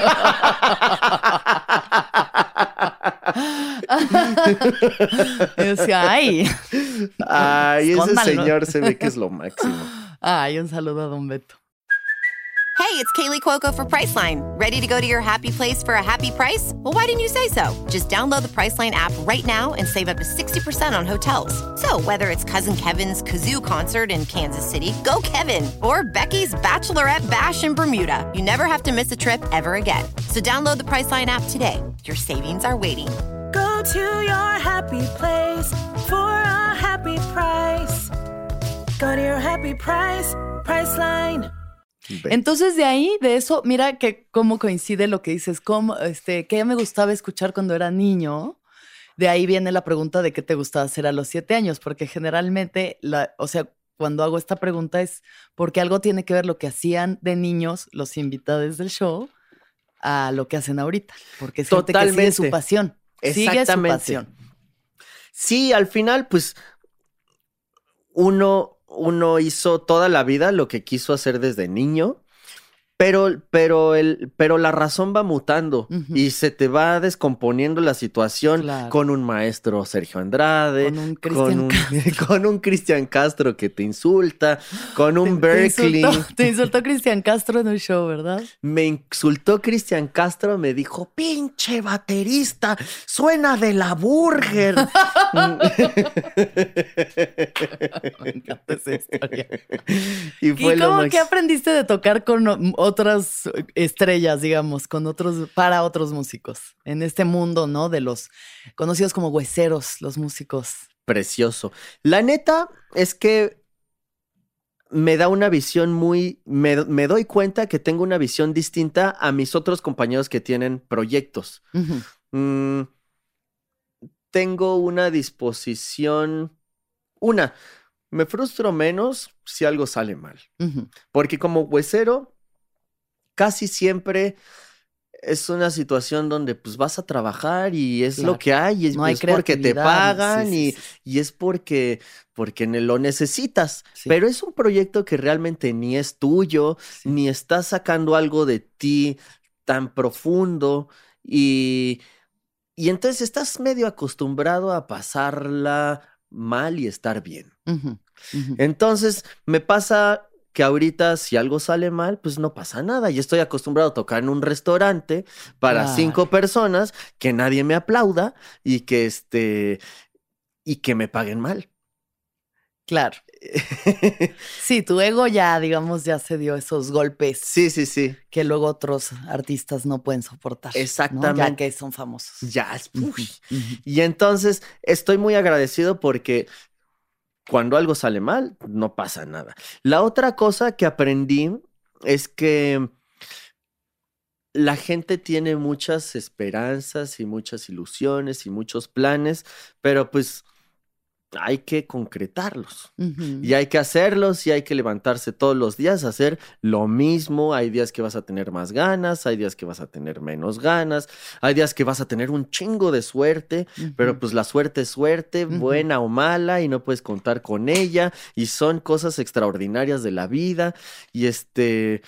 Y decía, ay. Ay, ese señor se ve que es lo máximo. Ay, un saludo a Don Beto. Hey, it's Kaylee Cuoco for Priceline. Ready to go to your happy place for a happy price? Well, why didn't you say so? Just download the Priceline app right now and save up to sixty percent on hotels. So whether it's Cousin Kevin's Kazoo Concert in Kansas City, go Kevin, or Becky's Bachelorette Bash in Bermuda, you never have to miss a trip ever again. So download the Priceline app today. Your savings are waiting. Go to your happy place for a happy price. Go to your happy price, Priceline. Entonces de ahí, de eso, mira que cómo coincide lo que dices, cómo, este, que me gustaba escuchar cuando era niño. De ahí viene la pregunta de qué te gustaba hacer a los siete años, porque generalmente, la, o sea, cuando hago esta pregunta es porque algo tiene que ver lo que hacían de niños los invitados del show a lo que hacen ahorita, porque es gente que sigue su pasión, sigue su pasión. Sí, al final, pues, uno, uno hizo toda la vida lo que quiso hacer desde niño, pero, pero, el, pero la razón va mutando uh-huh. y se te va descomponiendo la situación claro. con un maestro Sergio Andrade, con un Cristian Castro. Con un Cristian Castro que te insulta, con un te, Berkeley. Te insultó, te insultó Cristian Castro en un show, ¿verdad? Me insultó Cristian Castro, me dijo, pinche baterista, suena de la Burger. Me encanta esa historia. Y, fue ¿Y lo cómo max... que aprendiste de tocar con otras estrellas, digamos, con otros, para otros músicos, en este mundo, ¿no? De los conocidos como hueseros, los músicos. Precioso. La neta es que me da una visión muy, me, me doy cuenta que tengo una visión distinta a mis otros compañeros que tienen proyectos. Uh-huh. Mm, tengo una disposición, una, me frustro menos si algo sale mal. Uh-huh. Porque como huesero, casi siempre es una situación donde pues vas a trabajar y es claro. lo que hay, y es, no hay es porque te pagan sí, sí, y, sí. y es porque, porque lo necesitas. Sí. Pero es un proyecto que realmente ni es tuyo, sí. ni estás sacando algo de ti tan profundo y, y entonces estás medio acostumbrado a pasarla mal y estar bien. Uh-huh. Uh-huh. Entonces me pasa... que ahorita si algo sale mal, pues no pasa nada. Y estoy acostumbrado a tocar en un restaurante para Ay. cinco personas, que nadie me aplauda y que este y que me paguen mal. Claro. Sí, tu ego ya, digamos, ya se dio esos golpes. Sí, sí, sí. Que luego otros artistas no pueden soportar. Exactamente. ¿no? Ya que son famosos. Ya. Uy. Uh-huh. Y entonces estoy muy agradecido porque cuando algo sale mal, no pasa nada. La otra cosa que aprendí es que la gente tiene muchas esperanzas y muchas ilusiones y muchos planes, pero pues hay que concretarlos. Uh-huh. Y hay que hacerlos y hay que levantarse todos los días a hacer lo mismo. Hay días que vas a tener más ganas, hay días que vas a tener menos ganas, hay días que vas a tener un chingo de suerte, uh-huh. pero pues la suerte es suerte, uh-huh. buena o mala, y no puedes contar con ella, y son cosas extraordinarias de la vida, y este,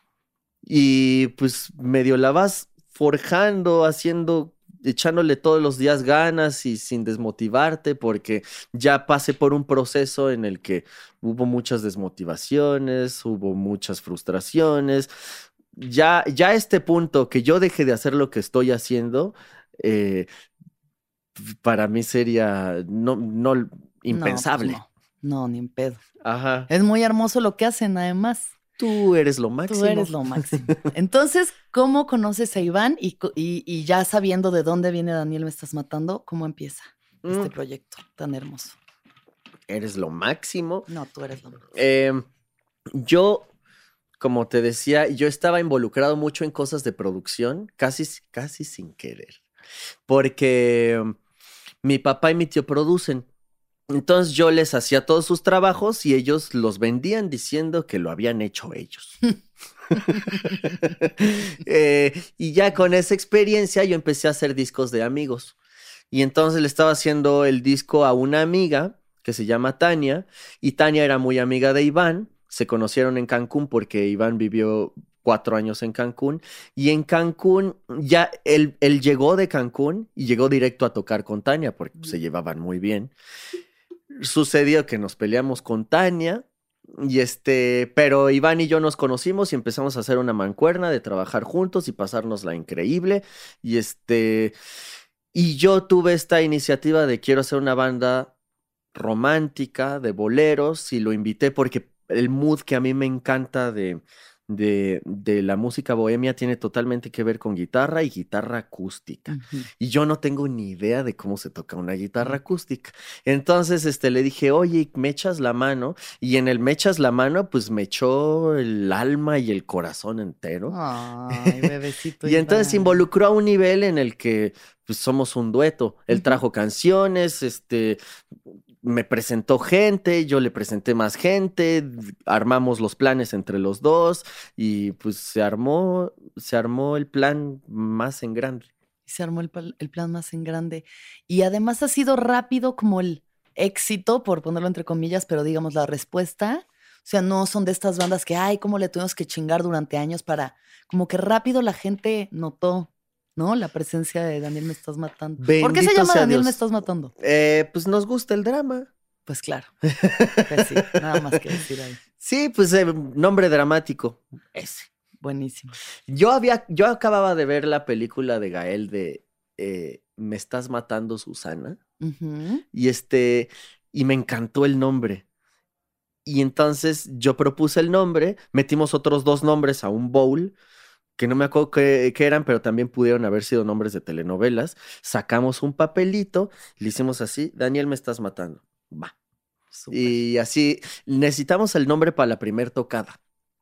y pues medio la vas forjando, haciendo... echándole todos los días ganas y sin desmotivarte, porque ya pasé por un proceso en el que hubo muchas desmotivaciones, hubo muchas frustraciones. Ya, ya a este punto que yo deje de hacer lo que estoy haciendo, eh, para mí sería no, no impensable. No, pues no, no, ni en pedo. Ajá. Es muy hermoso lo que hacen, además. Tú eres lo máximo. Tú eres lo máximo. Entonces, ¿cómo conoces a Iván? Y, y, y ya sabiendo de dónde viene Daniel Me Estás Matando, ¿cómo empieza mm. este proyecto tan hermoso? Eres lo máximo. No, tú eres lo máximo. Eh, yo, como te decía, yo estaba involucrado mucho en cosas de producción, casi, casi sin querer. Porque mi papá y mi tío producen. Entonces yo les hacía todos sus trabajos y ellos los vendían diciendo que lo habían hecho ellos. eh, y ya con esa experiencia yo empecé a hacer discos de amigos. Y entonces le estaba haciendo el disco a una amiga que se llama Tania. Y Tania era muy amiga de Iván. Se conocieron en Cancún porque Iván vivió cuatro años en Cancún. Y en Cancún, ya él, él llegó de Cancún y llegó directo a tocar con Tania porque pues, se llevaban muy bien. Sucedió que nos peleamos con Tania, y este, pero Iván y yo nos conocimos y empezamos a hacer una mancuerna de trabajar juntos y pasárnosla increíble. Y este, y yo tuve esta iniciativa de quiero hacer una banda romántica de boleros y lo invité porque el mood que a mí me encanta de, de, de la música bohemia tiene totalmente que ver con guitarra y guitarra acústica. Ujú. Y yo no tengo ni idea de cómo se toca una guitarra acústica. Entonces, este, le dije, oye, ¿me echas la mano? Y en el me echas la mano, pues me echó el alma y el corazón entero. Ay, bebecito. Y entonces se Iván. involucró a un nivel en el que pues somos un dueto. Él Ujú. trajo canciones, este, me presentó gente, yo le presenté más gente, d- armamos los planes entre los dos y pues se armó, se armó el plan más en grande. Y se armó el, pal- el plan más en grande. Y además ha sido rápido como el éxito, por ponerlo entre comillas, pero digamos la respuesta. O sea, no son de estas bandas que, ay, cómo le tuvimos que chingar durante años para, como que rápido la gente notó, ¿no? La presencia de Daniel Me Estás Matando. ¿Por qué se Bendito llama sea Daniel Me Dios. Estás Matando? Eh, pues nos gusta el drama. Pues claro. Pues sí, nada más que decir ahí. Sí, pues eh, nombre dramático. Ese. Buenísimo. Yo había, yo acababa de ver la película de Gael de eh, Me estás matando, Susana. Ujú. Y este, y me encantó el nombre. Y entonces yo propuse el nombre, metimos otros dos nombres a un bowl, que no me acuerdo qué, qué eran, pero también pudieron haber sido nombres de telenovelas. Sacamos un papelito, le hicimos así, Daniel Me Estás Matando. Va. Súper. Y así, necesitamos el nombre para la primer tocada.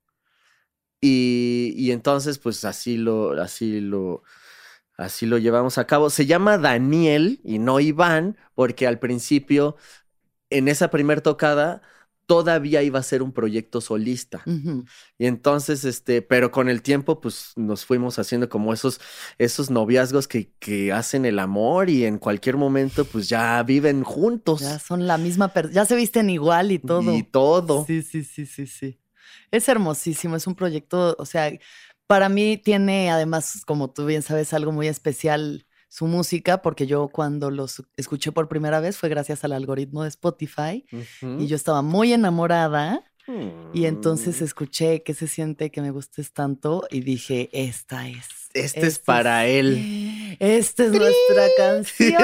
Y, y entonces, pues así lo, así lo, así lo llevamos a cabo. Se llama Daniel y no Iván, porque al principio, en esa primer tocada, todavía iba a ser un proyecto solista. Ujú. Y entonces, este, pero con el tiempo, pues nos fuimos haciendo como esos, esos noviazgos que, que hacen el amor y en cualquier momento, pues ya viven juntos. Ya son la misma persona, ya se visten igual y todo. Y todo. Sí, sí, sí, sí, sí. Es hermosísimo, es un proyecto, o sea, para mí tiene además, como tú bien sabes, algo muy especial su música, porque yo cuando los escuché por primera vez fue gracias al algoritmo de Spotify Ujú. y yo estaba muy enamorada y entonces Mm. escuché ¿Qué se siente que me gustes tanto? Y dije, esta es. Este es para él. Esta es nuestra canción.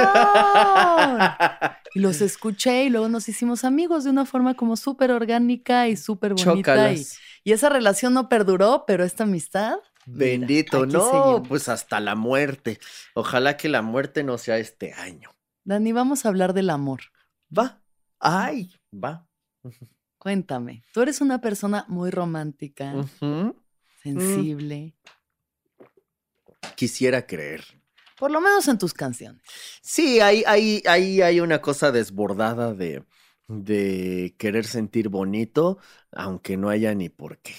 Y los escuché y luego nos hicimos amigos de una forma como súper orgánica y súper bonita. Y, Chócalas. y esa relación no perduró, pero esta amistad. mira, Bendito, aquí no, seguimos. pues hasta la muerte. Ojalá que la muerte no sea este año. Dani, vamos a hablar del amor. Va. Ay, va. Cuéntame, tú eres una persona muy romántica, Ujú. sensible, Quisiera creer. por lo menos en tus canciones. Sí, ahí hay, hay, hay una cosa desbordada de, de querer sentir bonito, aunque no haya ni por qué.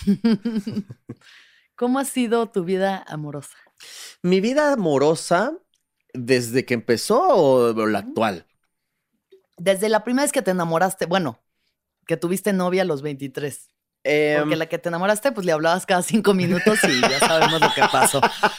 ¿Cómo ha sido tu vida amorosa? Mi vida amorosa, desde que empezó o la actual. Desde la primera vez que te enamoraste, bueno, que tuviste novia a los veintitrés. Em, Porque la que te enamoraste, pues le hablabas cada cinco minutos y ya sabemos lo que pasó.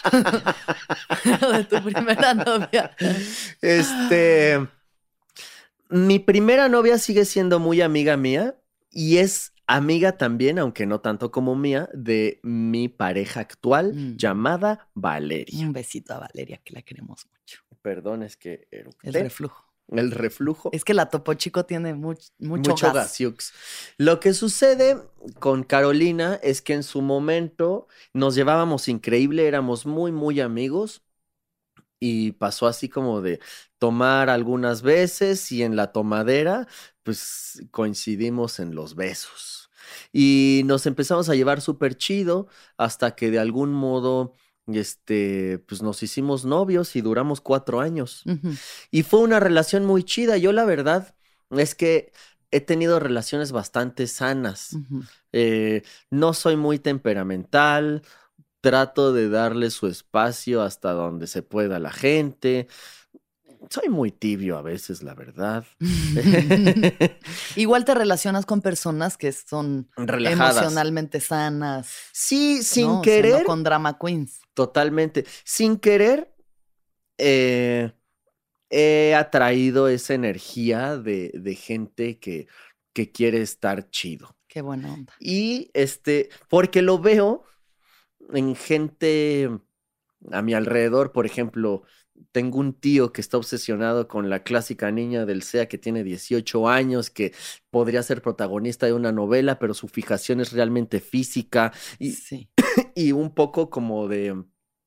De tu primera novia. Este, mi primera novia sigue siendo muy amiga mía y es amiga también, aunque no tanto como mía, de mi pareja actual Mm. llamada Valeria. Un besito a Valeria, que la queremos mucho. Perdón, es que eructé. El reflujo. El reflujo. Es que la Topo Chico tiene much- mucho, Mucho gas. gasiux. Lo que sucede con Carolina es que en su momento nos llevábamos increíble, éramos muy, muy amigos y pasó así como de tomar algunas veces y en la tomadera pues coincidimos en los besos y nos empezamos a llevar súper chido hasta que de algún modo este pues nos hicimos novios y duramos cuatro años. Ujú. Y fue una relación muy chida. Yo la verdad es que he tenido relaciones bastante sanas. Ujú. Eh, no soy muy temperamental. Trato de darle su espacio hasta donde se pueda a la gente. Soy muy tibio a veces, la verdad. Igual te relacionas con personas que son Relajadas. emocionalmente sanas. Sí, sin ¿no? O sea, querer. no con drama queens. Totalmente. Sin querer, eh, he atraído esa energía de, de gente que, que quiere estar chido. Qué buena onda. Y este, porque lo veo en gente a mi alrededor, por ejemplo, tengo un tío que está obsesionado con la clásica niña del C E A que tiene dieciocho años, que podría ser protagonista de una novela, pero su fijación es realmente física y, Sí, y un poco como de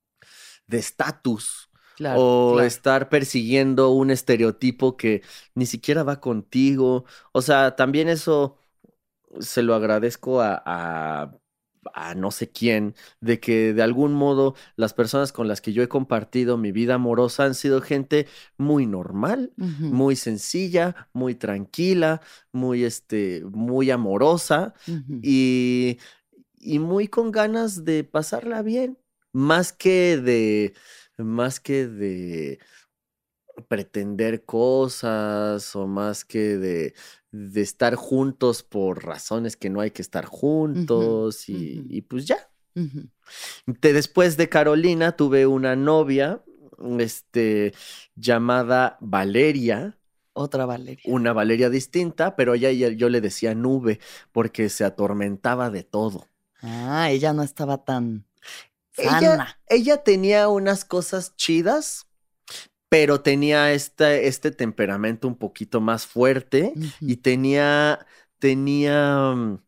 de estatus claro, o claro. estar persiguiendo un estereotipo que ni siquiera va contigo. O sea, también eso se lo agradezco a, a, a no sé quién, de que de algún modo las personas con las que yo he compartido mi vida amorosa han sido gente muy normal, Ujú, muy sencilla, muy tranquila, muy, este, muy amorosa ujú. y, y muy con ganas de pasarla bien, más que de, más que de pretender cosas o más que de, de estar juntos por razones que no hay que estar Ujú, juntos y, ujú, y pues ya. ujú. De- después de Carolina tuve una novia, este, llamada Valeria, Otra Valeria. una Valeria distinta, pero ella, ella- yo le decía nube porque se atormentaba de todo. Ah, ella no estaba tan Ella, sana. ella tenía unas cosas chidas, pero tenía este, este temperamento un poquito más fuerte y Ujú, tenía, tenía, mm,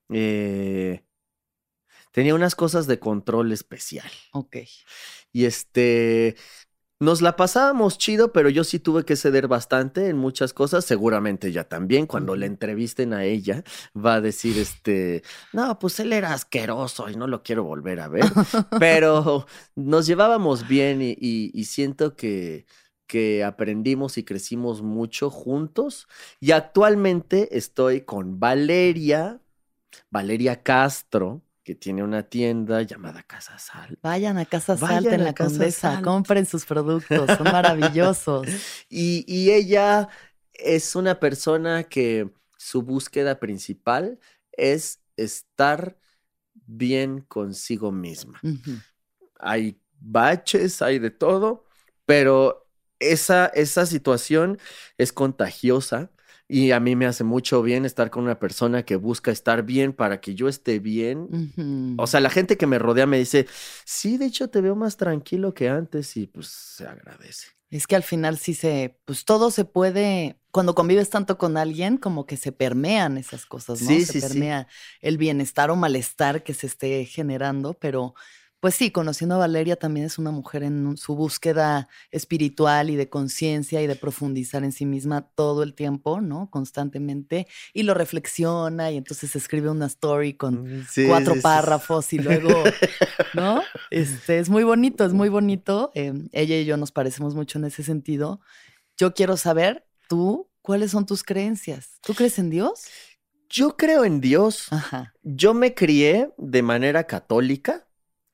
eh, tenía unas cosas de control especial. ok. Y este, nos la pasábamos chido, pero yo sí tuve que ceder bastante en muchas cosas. Seguramente ella también, cuando la Ujú. entrevisten a ella, va a decir, este, no, pues él era asqueroso y no lo quiero volver a ver. Pero nos llevábamos bien y, y- y siento que, que aprendimos y crecimos mucho juntos. Y actualmente estoy con Valeria, Valeria Castro, que tiene una tienda llamada Casa Sal. Vayan a Casa Salta Vayan en a la Casa Condesa, Sal. compren sus productos, son maravillosos. Y, y ella es una persona que su búsqueda principal es estar bien consigo misma. Ujú, Hay baches, hay de todo, pero esa, esa situación es contagiosa y a mí me hace mucho bien estar con una persona que busca estar bien para que yo esté bien. O ujú. sea, la gente que me rodea me dice, sí, de hecho te veo más tranquilo que antes y pues se agradece. Es que al final sí se, pues todo se puede, cuando convives tanto con alguien, como que se permean esas cosas, ¿no? Sí, Se sí, sí. permea el bienestar o malestar que se esté generando, pero pues sí, conociendo a Valeria también es una mujer en un- su búsqueda espiritual y de conciencia y de profundizar en sí misma todo el tiempo, ¿no? Constantemente, y lo reflexiona y entonces escribe una story con Mm, sí, cuatro sí, sí. párrafos y luego ¿no? Este, es muy bonito, es muy bonito. Em, ella y yo nos parecemos mucho en ese sentido. Yo quiero saber, tú, ¿cuáles son tus creencias? ¿Tú crees en Dios? Yo creo en Dios. Ajá, Yo me crié de manera católica.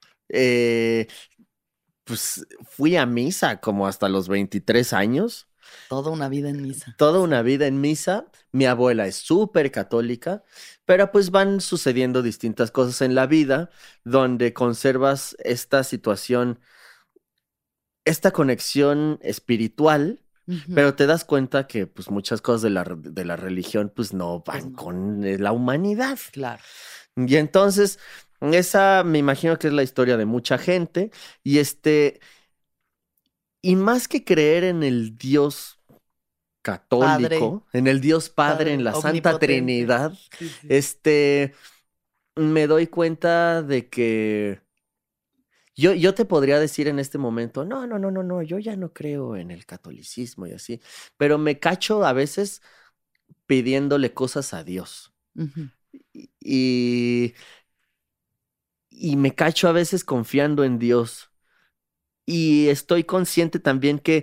eh, pues fui a misa como hasta los veintitrés años. toda una vida en misa. Toda Sí. una vida en misa. Mi abuela es súper católica, pero pues van sucediendo distintas cosas en la vida donde conservas esta situación, esta conexión espiritual, Ujú, pero te das cuenta que pues muchas cosas de la, re- de la religión pues no pues van no, con eh, la humanidad. claro. Y entonces, esa me imagino que es la historia de mucha gente. Y este, y más que creer en el Dios Padre, católico, en el Dios Padre, en Padre, la Santa omnipotente. Trinidad, Sí, sí. este, me doy cuenta de que yo, yo te podría decir en este momento, no, no, no, no, no, yo ya no creo en el catolicismo y así, pero me cacho a veces pidiéndole cosas a Dios. Ujú, Y, y me cacho a veces confiando en Dios. Y estoy consciente también que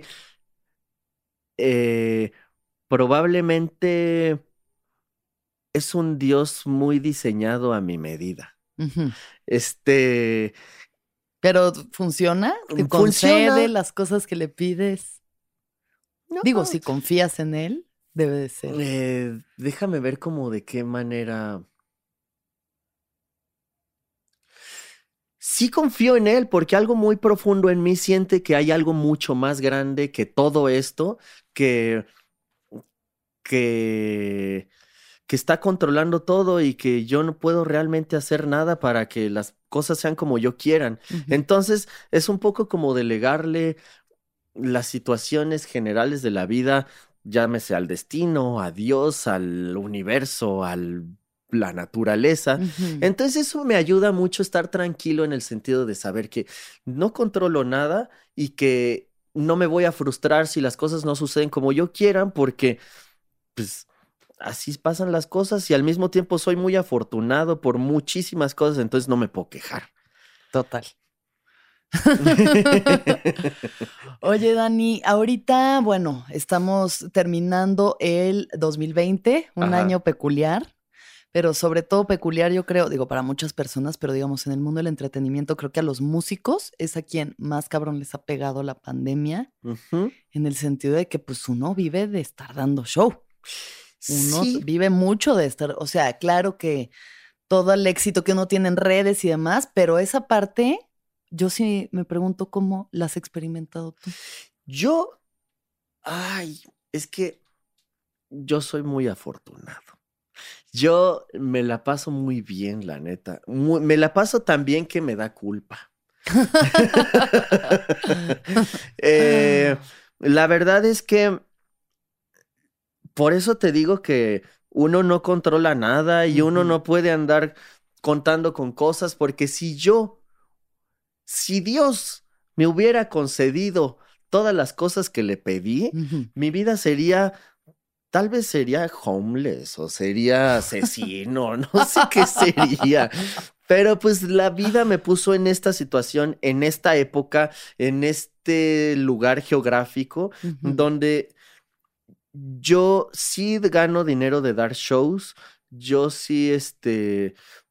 eh, probablemente es un Dios muy diseñado a mi medida. ujú. Este, Pero ¿funciona? ¿Te concede funciona. las cosas que le pides? Digo, No, si confías en él, debe de ser. eh, déjame ver como de qué manera. Sí confío en él porque algo muy profundo en mí siente que hay algo mucho más grande que todo esto, que, que, que está controlando todo y que yo no puedo realmente hacer nada para que las cosas sean como yo quieran. Ujú, Entonces es un poco como delegarle las situaciones generales de la vida, llámese al destino, a Dios, al universo, a la naturaleza. Ujú. Entonces eso me ayuda mucho a estar tranquilo en el sentido de saber que no controlo nada y que no me voy a frustrar si las cosas no suceden como yo quieran, porque pues así pasan las cosas y al mismo tiempo soy muy afortunado por muchísimas cosas, entonces no me puedo quejar. Total. Oye, Dani, ahorita, bueno, estamos terminando el dos mil veinte, un Ajá. año peculiar, pero sobre todo peculiar, yo creo, digo, para muchas personas, pero digamos, en el mundo del entretenimiento, creo que a los músicos es a quien más cabrón les ha pegado la pandemia, Ujú. en el sentido de que pues uno vive de estar dando show. Uno Sí, vive mucho de estar, o sea, claro que todo el éxito que uno tiene en redes y demás, pero esa parte, yo sí me pregunto cómo la has experimentado tú. yo, ay, es que yo soy muy afortunado. Yo me la paso muy bien, la neta. Mu- me la paso tan bien que me da culpa. Eh, la verdad es que por eso te digo que uno no controla nada y uno Ujú. no puede andar contando con cosas, porque si yo, si Dios me hubiera concedido todas las cosas que le pedí, Ujú. mi vida sería, tal vez sería homeless o sería asesino, no sé qué sería. Pero pues la vida me puso en esta situación, en esta época, en este lugar geográfico, Ujú. donde yo sí gano dinero de dar shows, yo sí, este,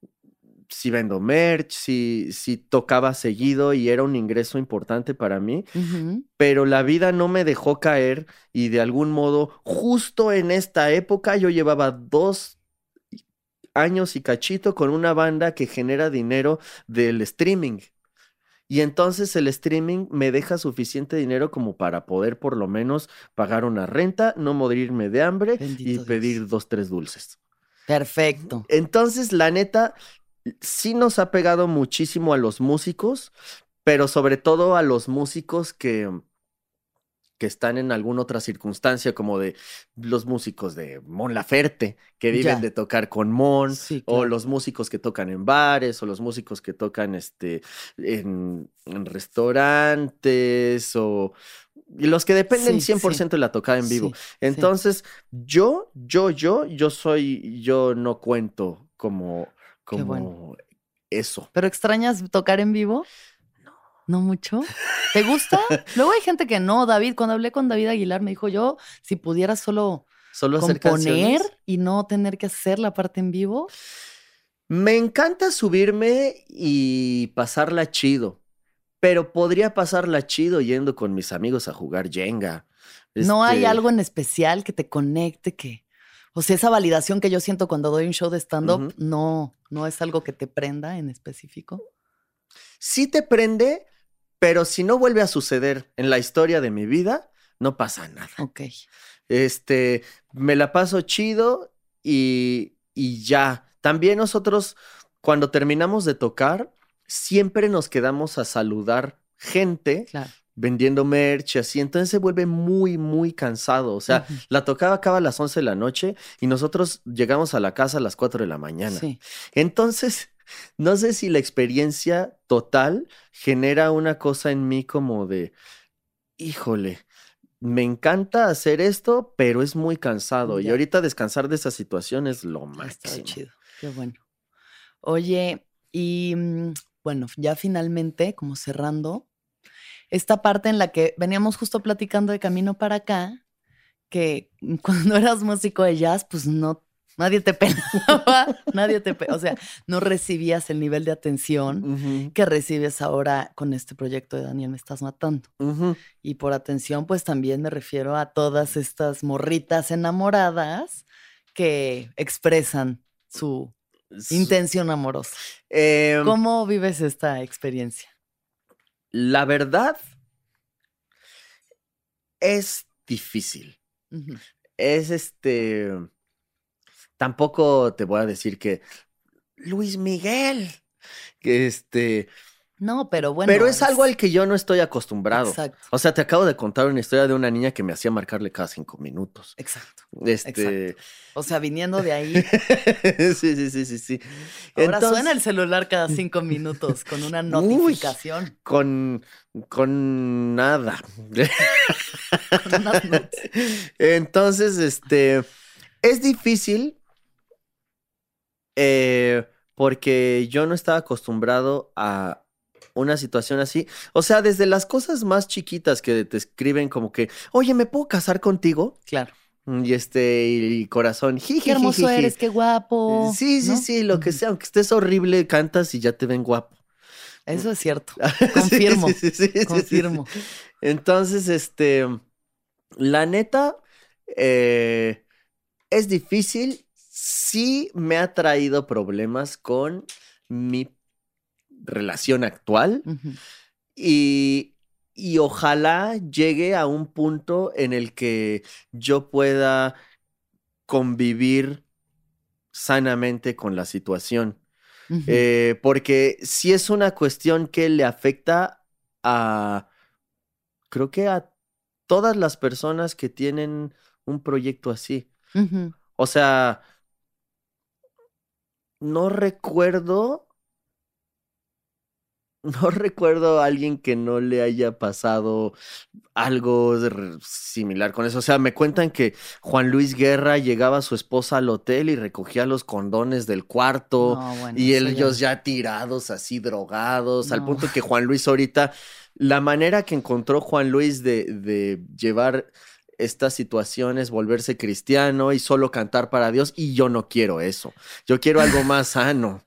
sí vendo merch, sí, sí tocaba seguido y era un ingreso importante para mí, Ujú. pero la vida no me dejó caer y de algún modo, justo en esta época, yo llevaba dos años y cachito con una banda que genera dinero del streaming. Y entonces el streaming me deja suficiente dinero como para poder por lo menos pagar una renta, no morirme de hambre y Bendito Dios. pedir dos, tres dulces. Perfecto. Entonces, la neta, sí nos ha pegado muchísimo a los músicos, pero sobre todo a los músicos que, que están en alguna otra circunstancia, como de los músicos de Mon Laferte, que viven Ya. de tocar con Mon, Sí, o claro. los músicos que tocan en bares, o los músicos que tocan este, en, en restaurantes, o y los que dependen Sí, cien por sí, ciento de la tocada en vivo. sí, sí. Entonces, yo, yo, yo, yo soy, yo no cuento como, Qué bueno. como eso. ¿Pero extrañas tocar en vivo? ¿No mucho? ¿Te gusta? Luego hay gente que no. David, cuando hablé con David Aguilar, me dijo yo, si pudiera solo Solo hacer componer canciones. y no tener que hacer la parte en vivo. Me encanta subirme y pasarla chido, pero podría pasarla chido yendo con mis amigos a jugar Jenga. No hay Este, algo en especial que te conecte, que, o sea, esa validación que yo siento cuando doy un show de stand-up, ujú. no, no es algo que te prenda en específico. Sí te prende, pero si no vuelve a suceder en la historia de mi vida, no pasa nada. Ok. Este, me la paso chido y, y ya. También nosotros, cuando terminamos de tocar, siempre nos quedamos a saludar gente Claro. vendiendo merch y así. Entonces se vuelve muy, muy cansado. O sea, Ujú. la tocada acaba a las once de la noche y nosotros llegamos a la casa a las cuatro de la mañana. Sí. Entonces, no sé si la experiencia total genera una cosa en mí como de, híjole, me encanta hacer esto, pero es muy cansado. Y Ya. ahorita descansar de esa situación es lo Ha estado máximo. chido. Qué bueno. Oye, y mm, bueno, ya finalmente, como cerrando, esta parte en la que veníamos justo platicando de camino para acá, que cuando eras músico de jazz, pues no, nadie te pelaba, nadie te, pe- o sea, no recibías el nivel de atención Ujú, que recibes ahora con este proyecto de Daniel Me Estás Matando. ujú. Y por atención, pues también me refiero a todas estas morritas enamoradas que expresan su S- intención amorosa. em, ¿Cómo vives esta experiencia? la verdad es difícil. Ujú. Es este. Tampoco te voy a decir que Luis Miguel, que este. No, pero bueno. Pero es, es algo al que yo no estoy acostumbrado. Exacto. O sea, te acabo de contar una historia de una niña que me hacía marcarle cada cinco minutos. Exacto. Este... Exacto. O sea, viniendo de ahí. sí, sí, sí, sí, sí. Ahora Entonces... suena el celular cada cinco minutos con una notificación. Uy, con, con nada. Con unas notas. Entonces, este, es difícil eh, porque yo no estaba acostumbrado a una situación así. O sea, desde las cosas más chiquitas que te escriben como que, oye, ¿me puedo casar contigo? Claro. Y este, y corazón, jiji, qué hermoso jiji. eres, qué guapo. Sí, sí, ¿no? sí, lo que sea, aunque estés horrible, cantas y ya te ven guapo. Eso es cierto. Confirmo. sí, sí, sí, sí, confirmo. Sí, sí. Entonces, este, la neta, eh, es difícil. Sí me ha traído problemas con mi relación actual. Uh-huh. Y, y ojalá llegue a un punto en el que yo pueda convivir sanamente con la situación. Uh-huh. Eh, porque sí es una cuestión que le afecta a, creo que a todas las personas que tienen un proyecto así. Uh-huh. O sea, no recuerdo... No recuerdo a alguien que no le haya pasado algo similar con eso. O sea, me cuentan que Juan Luis Guerra llegaba a su esposa al hotel y recogía los condones del cuarto. No, bueno, y eso ellos ya... ya tirados, así drogados. No. Al punto que Juan Luis ahorita, la manera que encontró Juan Luis de, de llevar estas situaciones, volverse cristiano y solo cantar para Dios, y yo no quiero eso. Yo quiero algo más sano.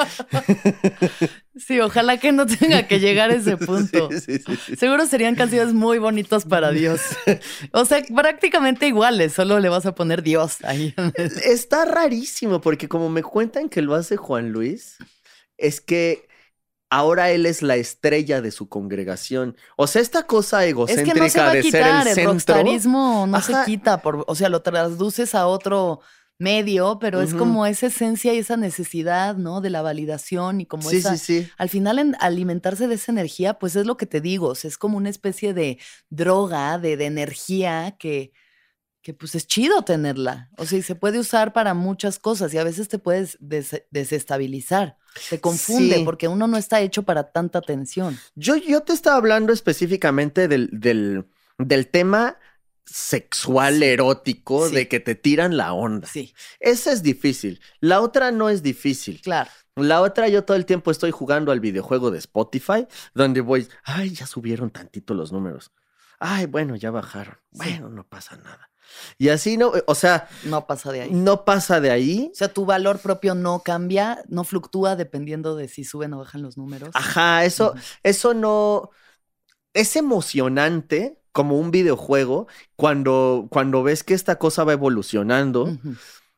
Sí, ojalá que no tenga que llegar a ese punto. Sí, sí, sí, sí. Seguro serían canciones muy bonitas para Dios. O sea, prácticamente iguales, solo le vas a poner Dios ahí. Está rarísimo, porque como me cuentan que lo hace Juan Luis, es que ahora él es la estrella de su congregación. O sea, esta cosa egocéntrica es que no se va a de quitar, ser el, el centro. rockstarismo no Ajá. se quita. Por, o sea, lo traduces a otro medio, pero uh-huh. es como esa esencia y esa necesidad, ¿no? De la validación y como sí, esa... Sí, sí. Al final, en, alimentarse de esa energía, pues es lo que te digo. O sea, es como una especie de droga, de, de energía que... que pues es chido tenerla. O sea, y se puede usar para muchas cosas y a veces te puedes des- desestabilizar. Te confunde Sí. porque uno no está hecho para tanta tensión. Yo, yo te estaba hablando específicamente del, del, del tema sexual, Sí. erótico, Sí. de que te tiran la onda. Sí. Esa es difícil. La otra no es difícil. Claro. La otra, yo todo el tiempo estoy jugando al videojuego de Spotify, donde voy, ay, ya subieron tantito los números. Ay, bueno, ya bajaron. Bueno, sí. No pasa nada. Y así no, o sea... No pasa de ahí. No pasa de ahí. O sea, tu valor propio no cambia, no fluctúa dependiendo de si suben o bajan los números. Ajá, eso, uh-huh. eso no... Es emocionante como un videojuego cuando, cuando ves que esta cosa va evolucionando. Uh-huh.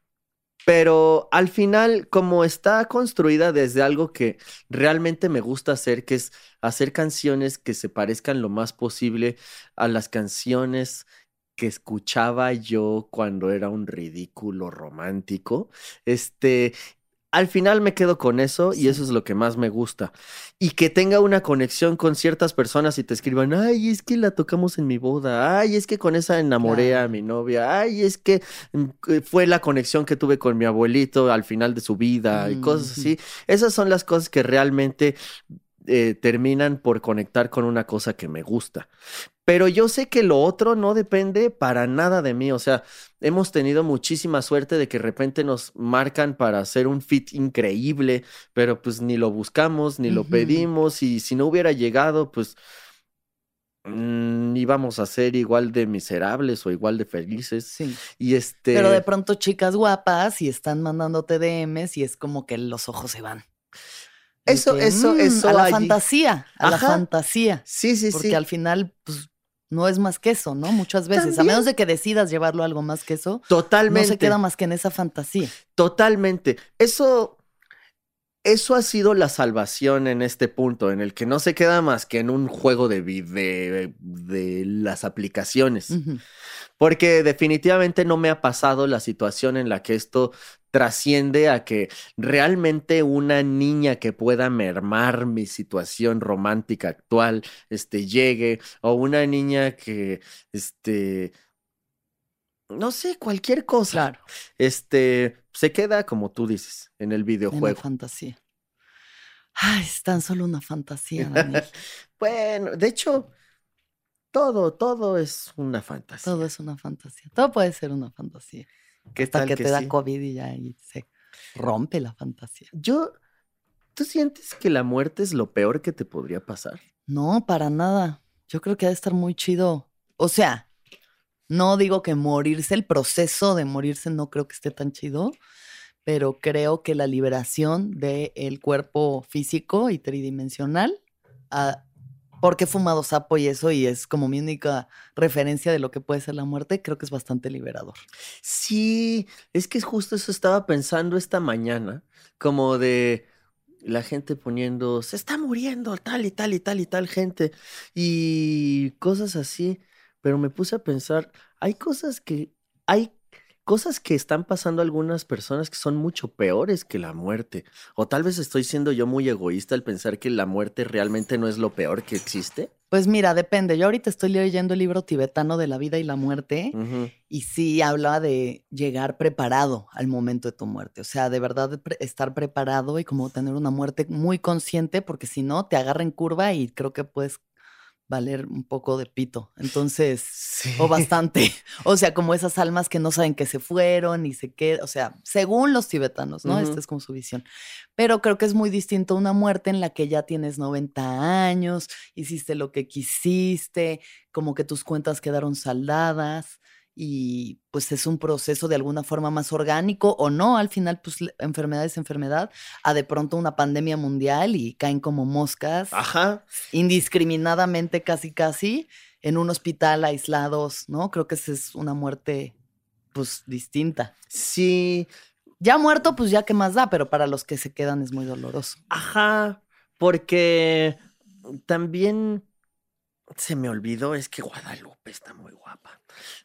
Pero al final, como está construida desde algo que realmente me gusta hacer, que es hacer canciones que se parezcan lo más posible a las canciones que escuchaba yo cuando era un ridículo romántico, este, al final me quedo con eso sí. Y eso es lo que más me gusta. Y que tenga una conexión con ciertas personas y te escriban, ay, es que la tocamos en mi boda, ay, es que con esa enamoré claro. a mi novia, ay, es que fue la conexión que tuve con mi abuelito al final de su vida mm-hmm. y cosas así. Esas son las cosas que realmente eh, terminan por conectar con una cosa que me gusta. Pero yo sé que lo otro no depende para nada de mí. O sea, hemos tenido muchísima suerte de que de repente nos marcan para hacer un fit increíble, pero pues ni lo buscamos, ni uh-huh. lo pedimos. Y si no hubiera llegado, pues mmm, íbamos a ser igual de miserables o igual de felices. Sí. Y este... Pero de pronto chicas guapas y están mandándote D Ms y es como que los ojos se van. Eso, que, eso, mmm, eso. A la allí. fantasía, a Ajá. la fantasía. Sí, sí, porque sí. al final, pues, no es más que eso, ¿no? Muchas veces, ¿También? A menos de que decidas llevarlo a algo más que eso, totalmente. No se queda más que en esa fantasía. Totalmente. Eso, eso ha sido la salvación en este punto, en el que no se queda más que en un juego de, de, de las aplicaciones. Uh-huh. Porque definitivamente no me ha pasado la situación en la que esto trasciende a que realmente una niña que pueda mermar mi situación romántica actual, este, llegue, o una niña que, este, no sé, cualquier cosa, Claro, este, se queda, como tú dices, en el en la videojuego. fantasía. Ay, es tan solo una fantasía, Daniel. Bueno, de hecho, todo, todo es una fantasía. Todo es una fantasía. Todo puede ser una fantasía. ¿Qué Hasta tal que que te da sí? COVID y ya y se rompe la fantasía. Yo, ¿tú sientes que la muerte es lo peor que te podría pasar? No, para nada. Yo creo que ha de estar muy chido. O sea, no digo que morirse, el proceso de morirse no creo que esté tan chido, pero creo que la liberación del cuerpo físico y tridimensional, ah, porque he fumado sapo y eso, y es como mi única referencia de lo que puede ser la muerte, creo que es bastante liberador. Sí, es que justo eso estaba pensando esta mañana, como de la gente poniendo, se está muriendo tal y tal y tal y tal gente, y cosas así, pero me puse a pensar, hay cosas que, hay cosas que están pasando a algunas personas que son mucho peores que la muerte, o tal vez estoy siendo yo muy egoísta al pensar que la muerte realmente no es lo peor que existe. Pues mira, depende. Yo ahorita estoy leyendo el libro tibetano de la vida y la muerte Ujú. y sí habla de llegar preparado al momento de tu muerte. O sea, de verdad de pre- estar preparado y como tener una muerte muy consciente, porque si no, te agarra en curva y creo que puedes valer un poco de pito. Entonces, Sí. o bastante. O sea, como esas almas que no saben que se fueron y se quedan. O sea, según los tibetanos, ¿no? Esta Ujú. es como su visión. Pero creo que es muy distinto a una muerte en la que ya tienes noventa años, hiciste lo que quisiste, como que tus cuentas quedaron saldadas y pues es un proceso de alguna forma más orgánico o no, al final pues la enfermedad es enfermedad, a de pronto una pandemia mundial y caen como moscas Ajá. indiscriminadamente casi casi en un hospital aislados, ¿no? Creo que esa es una muerte pues distinta. Sí, Ya muerto, pues ya qué más da, pero para los que se quedan es muy doloroso. ajá, porque también se me olvidó, es que Guadalupe está muy guapa.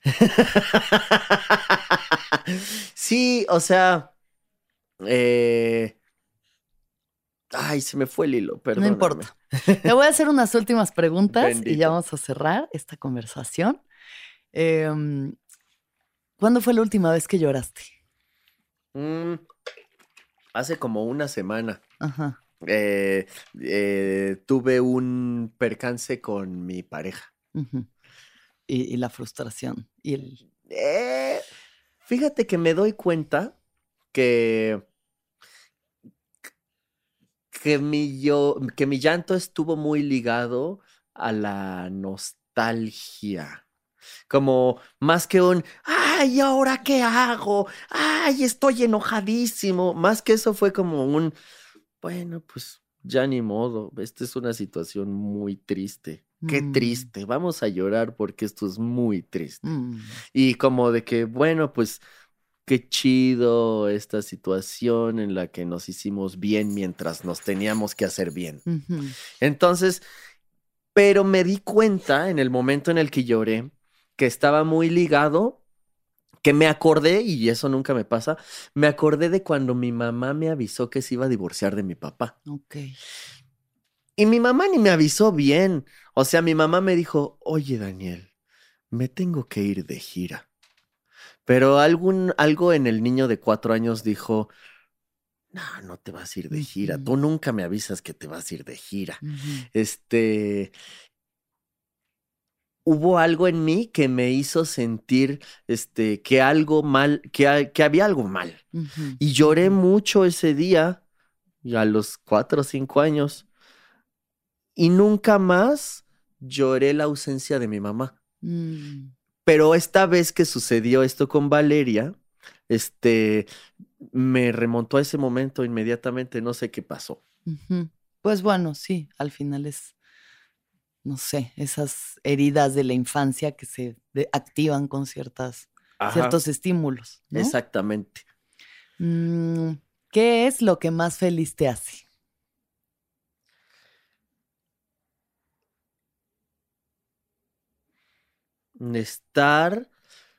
Sí, o sea, eh, ay, se me fue el hilo, No perdóname. importa. Te voy a hacer unas últimas preguntas y Bendito. ya vamos a cerrar esta conversación. Em, ¿Cuándo fue la última vez que lloraste? Mm, hace como una semana Ajá. eh, eh, tuve un percance con mi pareja. Ujú. Y, y la frustración. Y el. Eh, fíjate que me doy cuenta que que mi yo, que mi llanto estuvo muy ligado a la nostalgia. Como más que un, ay, ¿ahora qué hago? Ay, estoy enojadísimo. Más que eso fue como un, bueno, pues ya ni modo. Esta es una situación muy triste. Qué Mm, triste. Vamos a llorar porque esto es muy triste. mm, Y como de que, bueno, pues qué chido esta situación en la que nos hicimos bien mientras nos teníamos que hacer bien. ujú. Entonces, pero me di cuenta en el momento en el que lloré que estaba muy ligado, que me acordé, y eso nunca me pasa, me acordé de cuando mi mamá me avisó que se iba a divorciar de mi papá. Ok. Y mi mamá ni me avisó bien. O sea, mi mamá me dijo, oye, Daniel, me tengo que ir de gira. Pero algún, algo en el niño de cuatro años dijo, no, no te vas a ir de gira. Ujú, Tú nunca me avisas que te vas a ir de gira. ujú, Este, hubo algo en mí que me hizo sentir, este, que algo mal, que, ha- que había algo mal. ujú, Y lloré ujú. mucho ese día, y a los cuatro o cinco años, y nunca más lloré la ausencia de mi mamá. Mm, Pero esta vez que sucedió esto con Valeria, este, me remontó a ese momento inmediatamente, no sé qué pasó. ujú. Pues bueno, sí, al final es, no sé, esas heridas de la infancia que se de- activan con ciertas, Ajá, ciertos estímulos, ¿no? exactamente. Mm, ¿qué es lo que más feliz te hace? Estar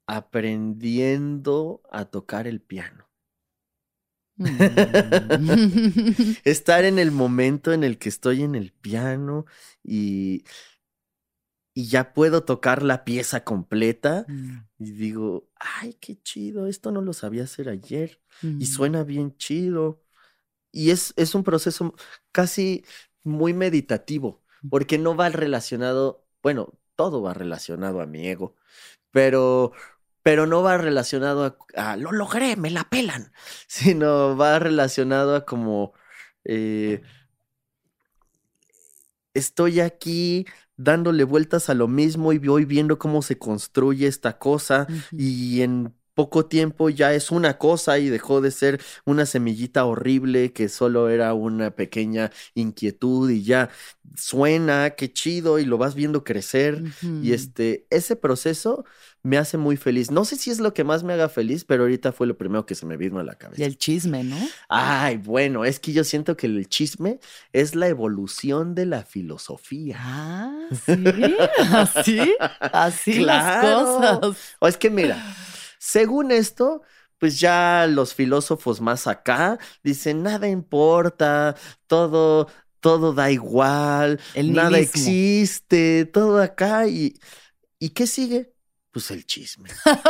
aprendiendo a tocar el piano. Mm. Estar en el momento en el que estoy en el piano y, y ya puedo tocar la pieza completa Mm. y digo, ay, qué chido, esto no lo sabía hacer ayer y Mm. suena bien chido. Y es, es un proceso casi muy meditativo, porque no va relacionado, bueno, todo va relacionado a mi ego, pero, pero no va relacionado a, a lo logré, me la pelan, sino va relacionado a como eh, estoy aquí dándole vueltas a lo mismo y voy viendo cómo se construye esta cosa Ujú. y en poco tiempo ya es una cosa y dejó de ser una semillita horrible que solo era una pequeña inquietud y ya suena, qué chido y lo vas viendo crecer y Ujú. este, ese proceso me hace muy feliz. No sé si es lo que más me haga feliz, pero ahorita fue lo primero que se me vino a la Y cabeza. el chisme, ¿no? Ay, bueno, es que yo siento que el chisme es la evolución de la filosofía. Ah, sí, así, así las Claro. cosas. O es que mira, según esto, pues ya los filósofos más acá dicen nada importa, todo, todo da igual, El nada nihilismo. existe, todo acá y, ¿y qué sigue? Pues el chisme.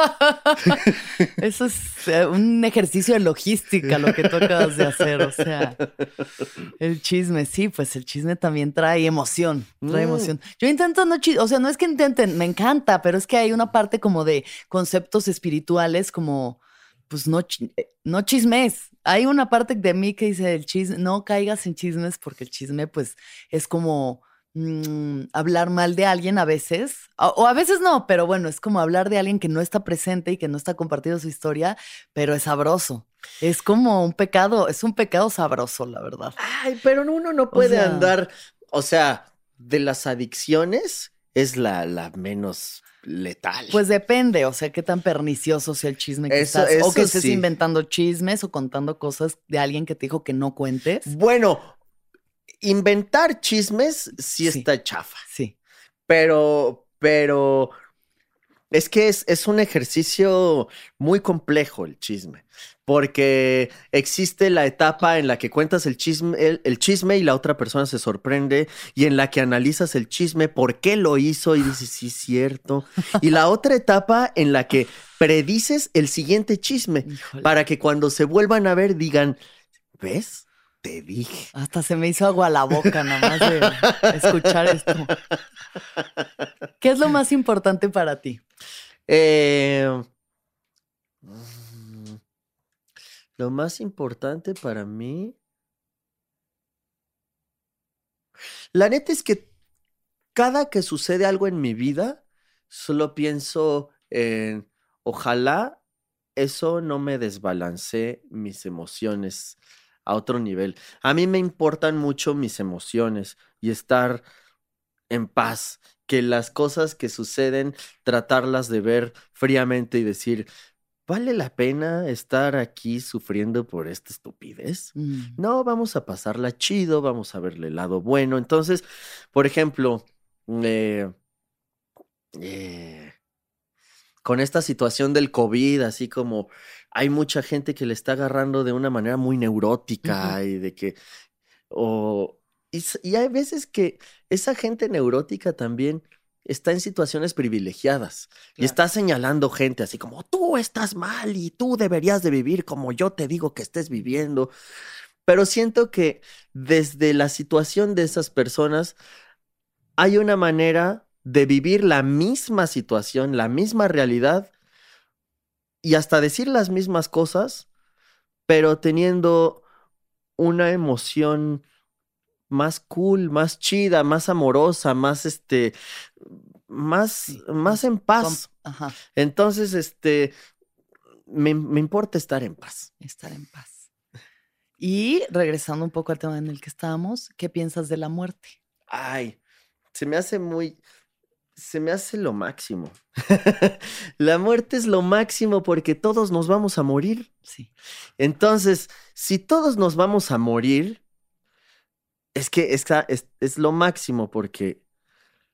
Eso es eh, un ejercicio de logística lo que tú acabas de hacer, o sea, el chisme, sí, pues el chisme también trae emoción, trae Mm. emoción. Yo intento no chisme, o sea, no es que intenten, me encanta, pero es que hay una parte como de conceptos espirituales como, pues no, chi- eh, no chismes. Hay una parte de mí que dice el chisme, no caigas en chismes porque el chisme pues es como mm, hablar mal de alguien a veces, o, o a veces no, pero bueno, es como hablar de alguien que no está presente y que no está compartiendo su historia, pero es sabroso. Es como un pecado, es un pecado sabroso, la verdad. Ay, pero uno no O puede sea, andar, o sea, de las adicciones es la, la menos letal. pues depende, o sea, qué tan pernicioso sea el chisme que Eso- estás, o que eso estés sí. inventando chismes o contando cosas de alguien que te dijo que no cuentes. Bueno, inventar chismes sí Sí. está chafa, Sí. pero, pero es que es, es un ejercicio muy complejo el chisme, porque existe la etapa en la que cuentas el chisme, el, el chisme y la otra persona se sorprende y en la que analizas el chisme, por qué lo hizo y dices, sí, es cierto. Y la otra etapa en la que predices el siguiente chisme Híjole. para que cuando se vuelvan a ver digan, ¿ves? Te dije. Hasta se me hizo agua a la boca nada más de escuchar esto. ¿Qué es lo más importante para ti? Eh, mm, lo más importante para mí, la neta es que cada que sucede algo en mi vida, solo pienso en, ojalá eso no me desbalancee mis emociones a otro nivel. A mí me importan mucho mis emociones y estar en paz, que las cosas que suceden, tratarlas de ver fríamente y decir, ¿vale la pena estar aquí sufriendo por esta estupidez? Mm. No, vamos a pasarla chido, vamos a verle el lado bueno. Entonces, por ejemplo, eh, eh, con esta situación del COVID, así como hay mucha gente que le está agarrando de una manera muy neurótica y de que, o, y, s- y hay veces que esa gente neurótica también está en situaciones privilegiadas y Claro. está señalando gente así como tú estás mal y tú deberías de vivir como yo te digo que estés viviendo. Pero siento que desde la situación de esas personas hay una manera de vivir la misma situación, la misma realidad y hasta decir las mismas cosas, pero teniendo una emoción más cool, más chida, más amorosa, más este, más, Sí, más más en Com- paz. Ajá, Entonces, este, me, me importa estar en paz. estar en paz. Y regresando un poco al tema en el que estábamos, ¿qué piensas de la muerte? Ay, se me hace muy, se me hace lo máximo. La muerte es lo máximo porque todos nos vamos a morir. Sí. Entonces, si todos nos vamos a morir, es que está- es, es lo máximo porque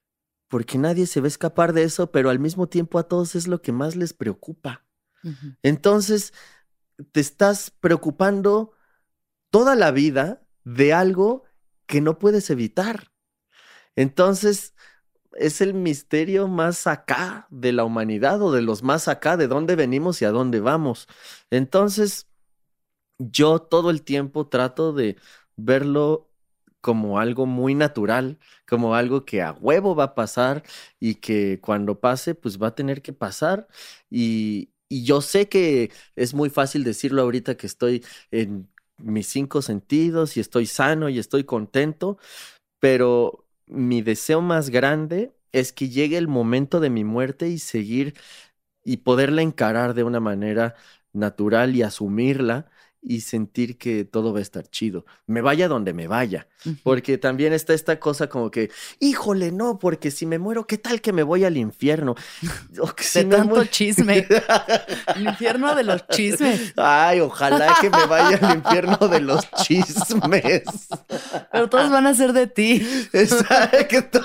porque nadie se va a escapar de eso, pero al mismo tiempo a todos es lo que más les preocupa. Uh-huh. Entonces, te estás preocupando toda la vida de algo que no puedes evitar. Entonces, es el misterio más acá de la humanidad o de los más acá, de dónde venimos y a dónde vamos. Entonces, yo todo el tiempo trato de verlo como algo muy natural, como algo que a huevo va a pasar y que cuando pase, pues va a tener que pasar. Y, y yo sé que es muy fácil decirlo ahorita que estoy en mis cinco sentidos y estoy sano y estoy contento, pero mi deseo más grande es que llegue el momento de mi muerte y seguir y poderla encarar de una manera natural y asumirla y sentir que todo va a estar chido. Me vaya donde me vaya. Uh-huh. Porque también está esta cosa como que, híjole, no, porque si me muero, ¿qué tal que me voy al infierno? O que si de tanto mu- chisme. El infierno de los chismes. Ay, ojalá que me vaya al infierno de los chismes. Pero todos van a ser de ti. Exacto.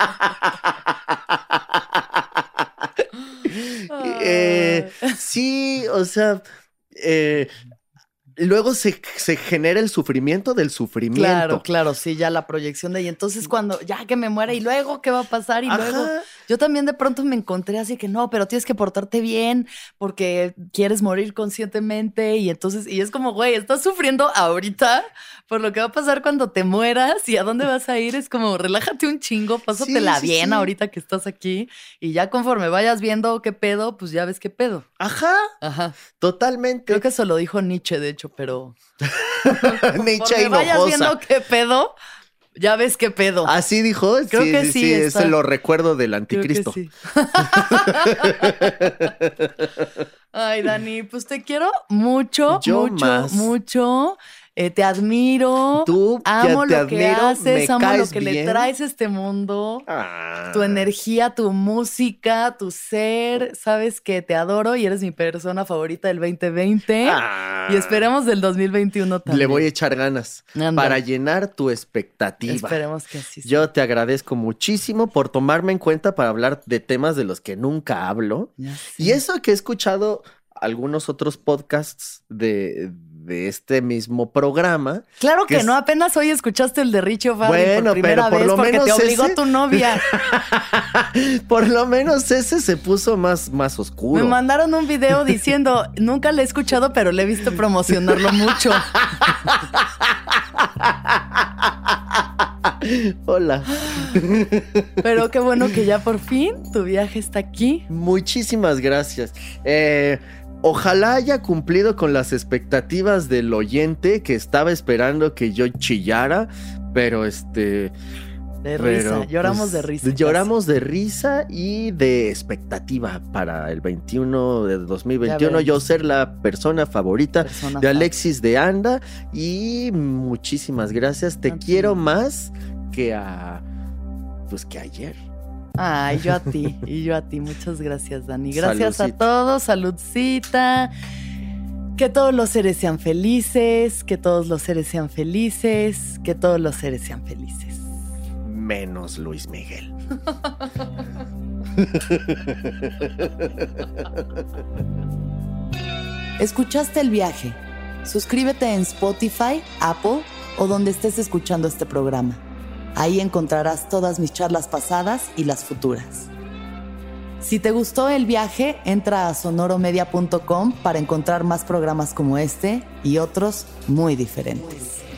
eh, sí, o sea... Eh, Luego se, se genera el sufrimiento del sufrimiento. Claro, claro, sí, ya la proyección de... Y entonces cuando, ya que me muera, ¿y luego qué va a pasar? Y Ajá. luego... Yo también de pronto me encontré así que no, pero tienes que portarte bien porque quieres morir conscientemente. Y entonces, y es como, güey, estás sufriendo ahorita por lo que va a pasar cuando te mueras y a dónde vas a ir. Es como, relájate un chingo, pásatela sí, sí, bien sí. ahorita que estás aquí. Y ya conforme vayas viendo qué pedo, pues ya ves qué pedo. Ajá, Ajá. Totalmente. Creo que eso lo dijo Nietzsche, de hecho, pero... Nietzsche enojosa. Vayas viendo qué pedo... Ya ves qué pedo. ¿Así dijo? Creo sí, que sí. sí, sí está... ese lo recuerdo del anticristo. Creo que sí. Ay, Dani, pues te quiero mucho, Yo mucho, más. mucho. Eh, te admiro. Tú, amo te lo admiro, que haces, me amo caes lo que bien. le traes a este mundo. Ah. Tu energía, tu música, tu ser. Sabes que te adoro y eres mi persona favorita del veinte veinte. Ah. Y esperemos del dos mil veintiuno también. Le voy a echar ganas Anda. para llenar tu expectativa. Esperemos que así sea. Yo te agradezco muchísimo por tomarme en cuenta para hablar de temas de los que nunca hablo. Y eso que he escuchado algunos otros podcasts de, de este mismo programa. Claro que, que no, es... apenas hoy escuchaste el de Richie O'Farrill bueno, por primera pero por vez lo porque menos te obligó ese... tu novia. Por lo menos ese se puso más, más oscuro. Me mandaron un video diciendo, nunca le he escuchado, pero le he visto promocionarlo mucho. Hola. Pero qué bueno que ya por fin tu viaje está aquí. Muchísimas gracias. Eh... Ojalá haya cumplido con las expectativas del oyente que estaba esperando que yo chillara, pero este... De pero, risa, lloramos pues, de risa. Lloramos casi. de risa y de expectativa para el veintiuno de dos mil veintiuno. Yo ser la persona favorita persona de Alexis de Anda y muchísimas gracias. Te okay. quiero más que a... pues que ayer. Ay, yo a ti, y yo a ti. Muchas gracias, Dani. Gracias Saludcita. a todos, saludcita. Que todos los seres sean felices, que todos los seres sean felices, que todos los seres sean felices. Menos Luis Miguel. ¿Escuchaste El Viaje? Suscríbete en Spotify, Apple o donde estés escuchando este programa. Ahí encontrarás todas mis charlas pasadas y las futuras. Si te gustó El Viaje, entra a sonoro media punto com para encontrar más programas como este y otros muy diferentes.